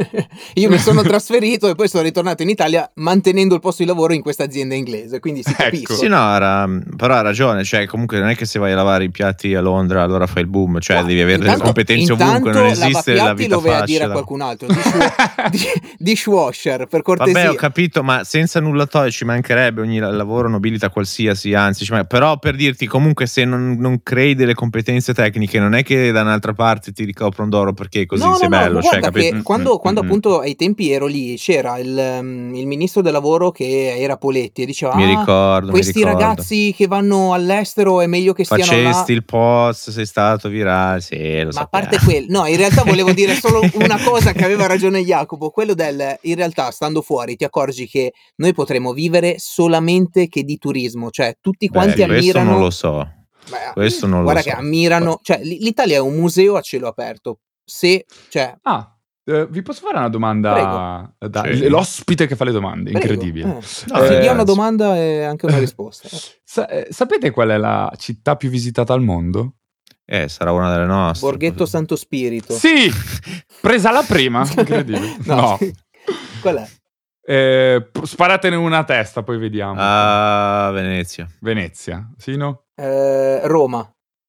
[SPEAKER 1] Io mi sono trasferito e poi sono ritornato in Italia mantenendo il posto di lavoro in questa azienda inglese, quindi si
[SPEAKER 3] Ecco.
[SPEAKER 1] capisce.
[SPEAKER 2] Sì, no, era, però ha ragione, cioè comunque non è che se vai a lavare i piatti a Londra allora fai il boom, cioè
[SPEAKER 1] No,
[SPEAKER 2] devi avere delle
[SPEAKER 1] intanto-
[SPEAKER 2] competenze ovunque, non
[SPEAKER 1] intanto
[SPEAKER 2] esiste la
[SPEAKER 1] lavapiatti
[SPEAKER 2] vita
[SPEAKER 1] lo vai a
[SPEAKER 2] facile.
[SPEAKER 1] dire a qualcun altro, dishwa- di- dishwasher, per cortesia.
[SPEAKER 2] Vabbè, ho capito, ma senza nulla togliere ci mancherebbe, ogni la- lavoro nobilita qualsiasi, anzi, ci man- però per dirti comunque se non, non crei delle competenze tecniche non è che da un'altra parte ti ricoprono d'oro perché così
[SPEAKER 1] No,
[SPEAKER 2] sei
[SPEAKER 1] no, no,
[SPEAKER 2] bello, cioè,
[SPEAKER 1] guarda
[SPEAKER 2] capito?
[SPEAKER 1] che quando,
[SPEAKER 2] Mm,
[SPEAKER 1] quando
[SPEAKER 2] mm,
[SPEAKER 1] appunto ai tempi ero lì c'era il, um, il ministro del lavoro che era Poletti e diceva
[SPEAKER 2] mi
[SPEAKER 1] ah,
[SPEAKER 2] ricordo, mi
[SPEAKER 1] questi
[SPEAKER 2] ricordo.
[SPEAKER 1] ragazzi che vanno all'estero è meglio che stiano là.
[SPEAKER 2] Facesti il post, sei stato virale, sì, lo
[SPEAKER 1] Ma a
[SPEAKER 2] sappiamo.
[SPEAKER 1] parte quello, no, in realtà volevo dire solo una cosa che aveva ragione Jacopo, quello del, in realtà stando fuori ti accorgi che noi potremo vivere solamente che di turismo, cioè tutti quanti
[SPEAKER 2] Beh, questo
[SPEAKER 1] ammirano...
[SPEAKER 2] non lo so.
[SPEAKER 1] Beh,
[SPEAKER 2] Questo non
[SPEAKER 1] guarda
[SPEAKER 2] lo so.
[SPEAKER 1] che ammirano, cioè l- l'Italia è un museo a cielo aperto, se, cioè,
[SPEAKER 3] Ah, eh, vi posso fare una domanda? Da-
[SPEAKER 2] Sì.
[SPEAKER 3] L'ospite che fa le domande,
[SPEAKER 1] prego,
[SPEAKER 3] incredibile.
[SPEAKER 1] eh.
[SPEAKER 2] No,
[SPEAKER 1] Si
[SPEAKER 3] eh,
[SPEAKER 1] dia una
[SPEAKER 2] anzi.
[SPEAKER 1] domanda e anche una risposta.
[SPEAKER 3] Sa- eh, sapete qual è la città più visitata al mondo?
[SPEAKER 2] Eh, sarà una delle nostre.
[SPEAKER 1] Borghetto Santo Spirito.
[SPEAKER 3] Sì, presa la prima, incredibile.
[SPEAKER 1] No,
[SPEAKER 3] No.
[SPEAKER 1] qual è?
[SPEAKER 3] Eh, p- sparatene una a testa, poi vediamo.
[SPEAKER 2] Ah, Venezia,
[SPEAKER 3] Venezia, sì, no?
[SPEAKER 1] Eh, Roma.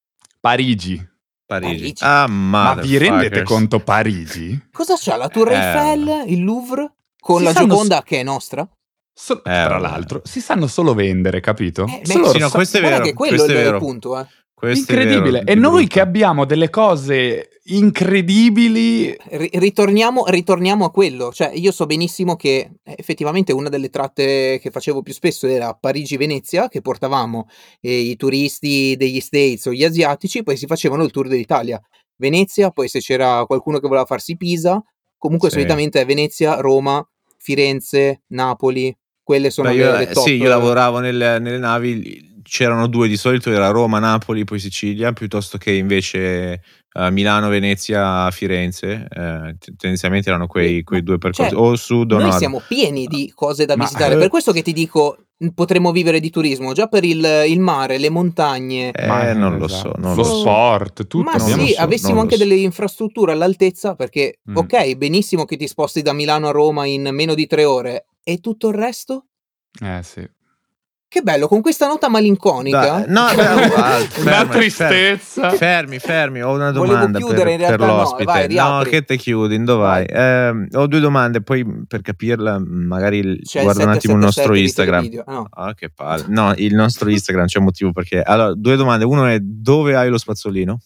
[SPEAKER 3] Parigi.
[SPEAKER 2] Parigi.
[SPEAKER 1] Parigi.
[SPEAKER 2] Ah,
[SPEAKER 3] Ma vi rendete
[SPEAKER 2] motherfuckers.
[SPEAKER 3] conto Parigi?
[SPEAKER 1] Cosa c'ha? La Tour
[SPEAKER 2] Eh,
[SPEAKER 1] Eiffel, il Louvre, con
[SPEAKER 3] Si
[SPEAKER 1] la
[SPEAKER 3] sanno
[SPEAKER 1] Gioconda che è nostra?
[SPEAKER 3] So-
[SPEAKER 2] Eh,
[SPEAKER 3] tra
[SPEAKER 2] vabbè.
[SPEAKER 3] l'altro, si sanno solo vendere, capito?
[SPEAKER 1] Eh, beh,
[SPEAKER 3] Solo loro
[SPEAKER 2] Sì, no,
[SPEAKER 3] sa-
[SPEAKER 2] questo è
[SPEAKER 1] Guarda
[SPEAKER 2] vero.
[SPEAKER 1] che quello
[SPEAKER 2] questo
[SPEAKER 1] è
[SPEAKER 2] è
[SPEAKER 1] il
[SPEAKER 2] vero.
[SPEAKER 1] punto, eh.
[SPEAKER 2] Questo è
[SPEAKER 3] incredibile.
[SPEAKER 2] vero,
[SPEAKER 3] E
[SPEAKER 2] di
[SPEAKER 3] noi
[SPEAKER 2] brutto.
[SPEAKER 3] che abbiamo delle cose incredibili.
[SPEAKER 1] Ri- ritorniamo, ritorniamo a quello, cioè io so benissimo che eh, effettivamente una delle tratte che facevo più spesso era Parigi-Venezia, che portavamo eh, i turisti degli States o gli asiatici, poi si facevano il tour dell'Italia. Venezia, poi se c'era qualcuno che voleva farsi Pisa, comunque
[SPEAKER 2] Sì.
[SPEAKER 1] solitamente è Venezia, Roma, Firenze, Napoli, quelle sono
[SPEAKER 2] Beh,
[SPEAKER 1] le,
[SPEAKER 2] io,
[SPEAKER 1] le
[SPEAKER 2] eh,
[SPEAKER 1] top.
[SPEAKER 2] sì, io lavoravo nelle, nelle navi, c'erano due di solito, era Roma, Napoli, poi Sicilia, piuttosto che invece eh, Milano, Venezia, Firenze. Eh, t- tendenzialmente erano quei, quei due percorsi,
[SPEAKER 1] Cioè,
[SPEAKER 2] o sud o
[SPEAKER 1] noi
[SPEAKER 2] nord.
[SPEAKER 1] siamo pieni di cose da
[SPEAKER 3] Ma-
[SPEAKER 1] visitare, per questo che ti dico potremmo vivere di turismo, già per il, il mare, le montagne.
[SPEAKER 2] Eh,
[SPEAKER 3] Ma-
[SPEAKER 2] non lo
[SPEAKER 3] esatto.
[SPEAKER 2] so, non
[SPEAKER 3] lo
[SPEAKER 2] lo so.
[SPEAKER 3] sport, tutto.
[SPEAKER 1] Ma
[SPEAKER 2] non
[SPEAKER 3] abbiamo-
[SPEAKER 2] lo
[SPEAKER 1] sì,
[SPEAKER 2] so,
[SPEAKER 1] avessimo
[SPEAKER 2] non lo
[SPEAKER 1] anche
[SPEAKER 2] so.
[SPEAKER 1] delle infrastrutture all'altezza, perché
[SPEAKER 3] Mm.
[SPEAKER 1] ok, benissimo che ti sposti da Milano a Roma in meno di tre ore, e tutto il resto?
[SPEAKER 3] Eh sì.
[SPEAKER 1] Che bello, con questa nota malinconica.
[SPEAKER 2] Da- no, beh, alt,
[SPEAKER 3] Una
[SPEAKER 2] fermi,
[SPEAKER 3] tristezza.
[SPEAKER 2] Fermi, fermi, ho una
[SPEAKER 1] Volevo
[SPEAKER 2] domanda
[SPEAKER 1] chiudere,
[SPEAKER 2] per,
[SPEAKER 1] in realtà
[SPEAKER 2] per
[SPEAKER 1] no,
[SPEAKER 2] l'ospite.
[SPEAKER 1] vai,
[SPEAKER 2] no,
[SPEAKER 1] riapri.
[SPEAKER 2] che te chiudi, dove vai? Eh, ho due domande, poi per capirla magari il-
[SPEAKER 1] C'è il
[SPEAKER 2] guarda un attimo il nostro
[SPEAKER 1] sette sette sette di
[SPEAKER 2] Instagram.
[SPEAKER 1] Televideo. Ah, no.
[SPEAKER 2] Ah, che palle. No, il nostro Instagram c'è un motivo perché... Allora, due domande. Uno è dove hai lo spazzolino?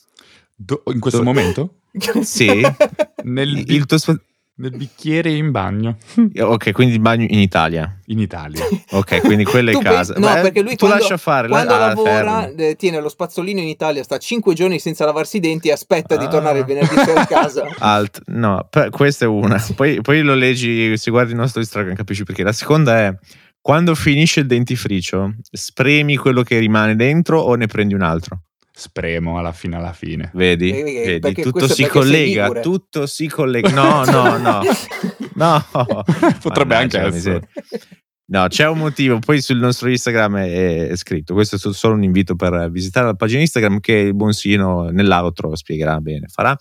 [SPEAKER 3] Do- in questo
[SPEAKER 2] Dove-
[SPEAKER 3] momento?
[SPEAKER 2] Sì.
[SPEAKER 3] Nel, bi-
[SPEAKER 2] Il tuo spa-
[SPEAKER 3] nel bicchiere in bagno.
[SPEAKER 2] Ok, quindi il bagno in Italia.
[SPEAKER 3] In Italia.
[SPEAKER 2] Ok, quindi quella è
[SPEAKER 1] Tu
[SPEAKER 2] casa.
[SPEAKER 1] pensi- no,
[SPEAKER 2] Beh,
[SPEAKER 1] perché lui
[SPEAKER 2] tu
[SPEAKER 1] quando,
[SPEAKER 2] lascia fare.
[SPEAKER 1] quando
[SPEAKER 2] ah,
[SPEAKER 1] lavora
[SPEAKER 2] fermi.
[SPEAKER 1] eh, tiene lo spazzolino in Italia, sta cinque giorni senza lavarsi i denti e aspetta di
[SPEAKER 2] Ah.
[SPEAKER 1] tornare il venerdì sera a casa.
[SPEAKER 2] Alt, no, per- questa è una. Poi, poi lo leggi, se guardi il nostro Instagram capisci perché. La seconda è quando finisce il dentifricio, spremi quello che rimane dentro o ne prendi un altro?
[SPEAKER 3] Spremo alla fine alla fine.
[SPEAKER 2] Vedi?
[SPEAKER 1] Perché-
[SPEAKER 2] Vedi?
[SPEAKER 1] perché
[SPEAKER 2] Tutto
[SPEAKER 1] questo
[SPEAKER 2] si
[SPEAKER 1] perché sei
[SPEAKER 2] collega,
[SPEAKER 1] ligure.
[SPEAKER 2] tutto si collega. No, no, no. No.
[SPEAKER 3] Potrebbe
[SPEAKER 2] Mannaggia
[SPEAKER 3] anche
[SPEAKER 2] la
[SPEAKER 3] essere.
[SPEAKER 2] miseria. No, c'è un motivo. Poi sul nostro Instagram è, è scritto. Questo è solo un invito per visitare la pagina Instagram che il buon Sino nell'outro spiegherà bene. Farà.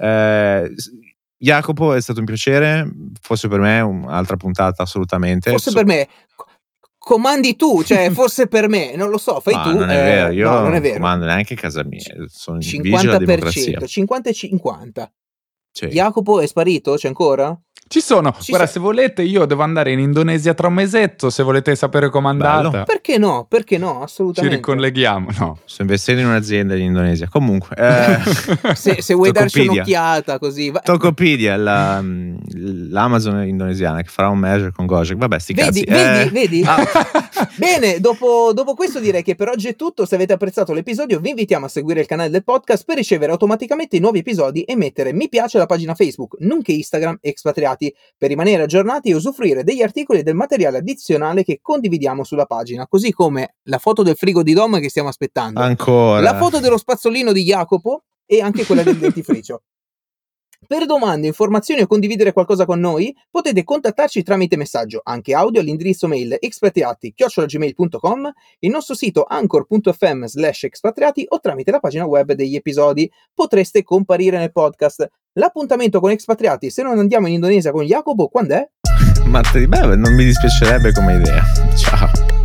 [SPEAKER 2] Eh, Jacopo, è stato un piacere. Forse per me un'altra puntata assolutamente.
[SPEAKER 1] Forse
[SPEAKER 2] So-
[SPEAKER 1] per me co- comandi tu, cioè forse per me, non lo so, fai
[SPEAKER 2] No,
[SPEAKER 1] tu.
[SPEAKER 2] non è
[SPEAKER 1] eh,
[SPEAKER 2] vero, io
[SPEAKER 1] no, non è
[SPEAKER 2] non
[SPEAKER 1] vero.
[SPEAKER 2] comando neanche casa mia. Sono in vigile
[SPEAKER 1] cinquanta
[SPEAKER 2] alla
[SPEAKER 1] per
[SPEAKER 2] democrazia.
[SPEAKER 1] cento, cinquanta e cinquanta.
[SPEAKER 2] Sì.
[SPEAKER 1] Jacopo è sparito? C'è ancora?
[SPEAKER 3] Ci sono.
[SPEAKER 1] Ci
[SPEAKER 3] Guarda,
[SPEAKER 1] sa-
[SPEAKER 3] se volete, io devo andare in Indonesia tra un mesetto. Se volete sapere com'è andata,
[SPEAKER 2] Bello.
[SPEAKER 1] Perché no? Perché no?
[SPEAKER 3] ci
[SPEAKER 1] Assolutamente.
[SPEAKER 3] ricolleghiamo. No.
[SPEAKER 2] Sto investendo in un'azienda in Indonesia. Comunque, eh,
[SPEAKER 1] Se, se vuoi darci
[SPEAKER 2] Tokopedia.
[SPEAKER 1] un'occhiata così. va-
[SPEAKER 2] Tokopedia, la, l'Amazon indonesiana che farà un merger con Gojek. Vabbè, sti
[SPEAKER 1] Vedi,
[SPEAKER 2] cazzi.
[SPEAKER 1] vedi,
[SPEAKER 2] Eh,
[SPEAKER 1] vedi?
[SPEAKER 2] ah,
[SPEAKER 1] Bene, dopo, dopo questo direi che per oggi è tutto. Se avete apprezzato l'episodio vi invitiamo a seguire il canale del podcast per ricevere automaticamente i nuovi episodi e mettere mi piace alla pagina Facebook, nonché Instagram Expatriati, per rimanere aggiornati e usufruire degli articoli e del materiale addizionale che condividiamo sulla pagina, così come la foto del frigo di Dom che stiamo aspettando,
[SPEAKER 2] ancora.
[SPEAKER 1] la foto dello spazzolino di Jacopo e anche quella del dentifricio. Per domande, informazioni o condividere qualcosa con noi, potete contattarci tramite messaggio, anche audio, all'indirizzo mail expatriati chiocciola gmail punto com, il nostro sito anchor punto f m slash expatriati o tramite la pagina web degli episodi. Potreste comparire nel podcast. L'appuntamento con Expatriati, se non andiamo in Indonesia con Jacopo, quando è?
[SPEAKER 2] Martedì, beh, non mi dispiacerebbe come idea. Ciao.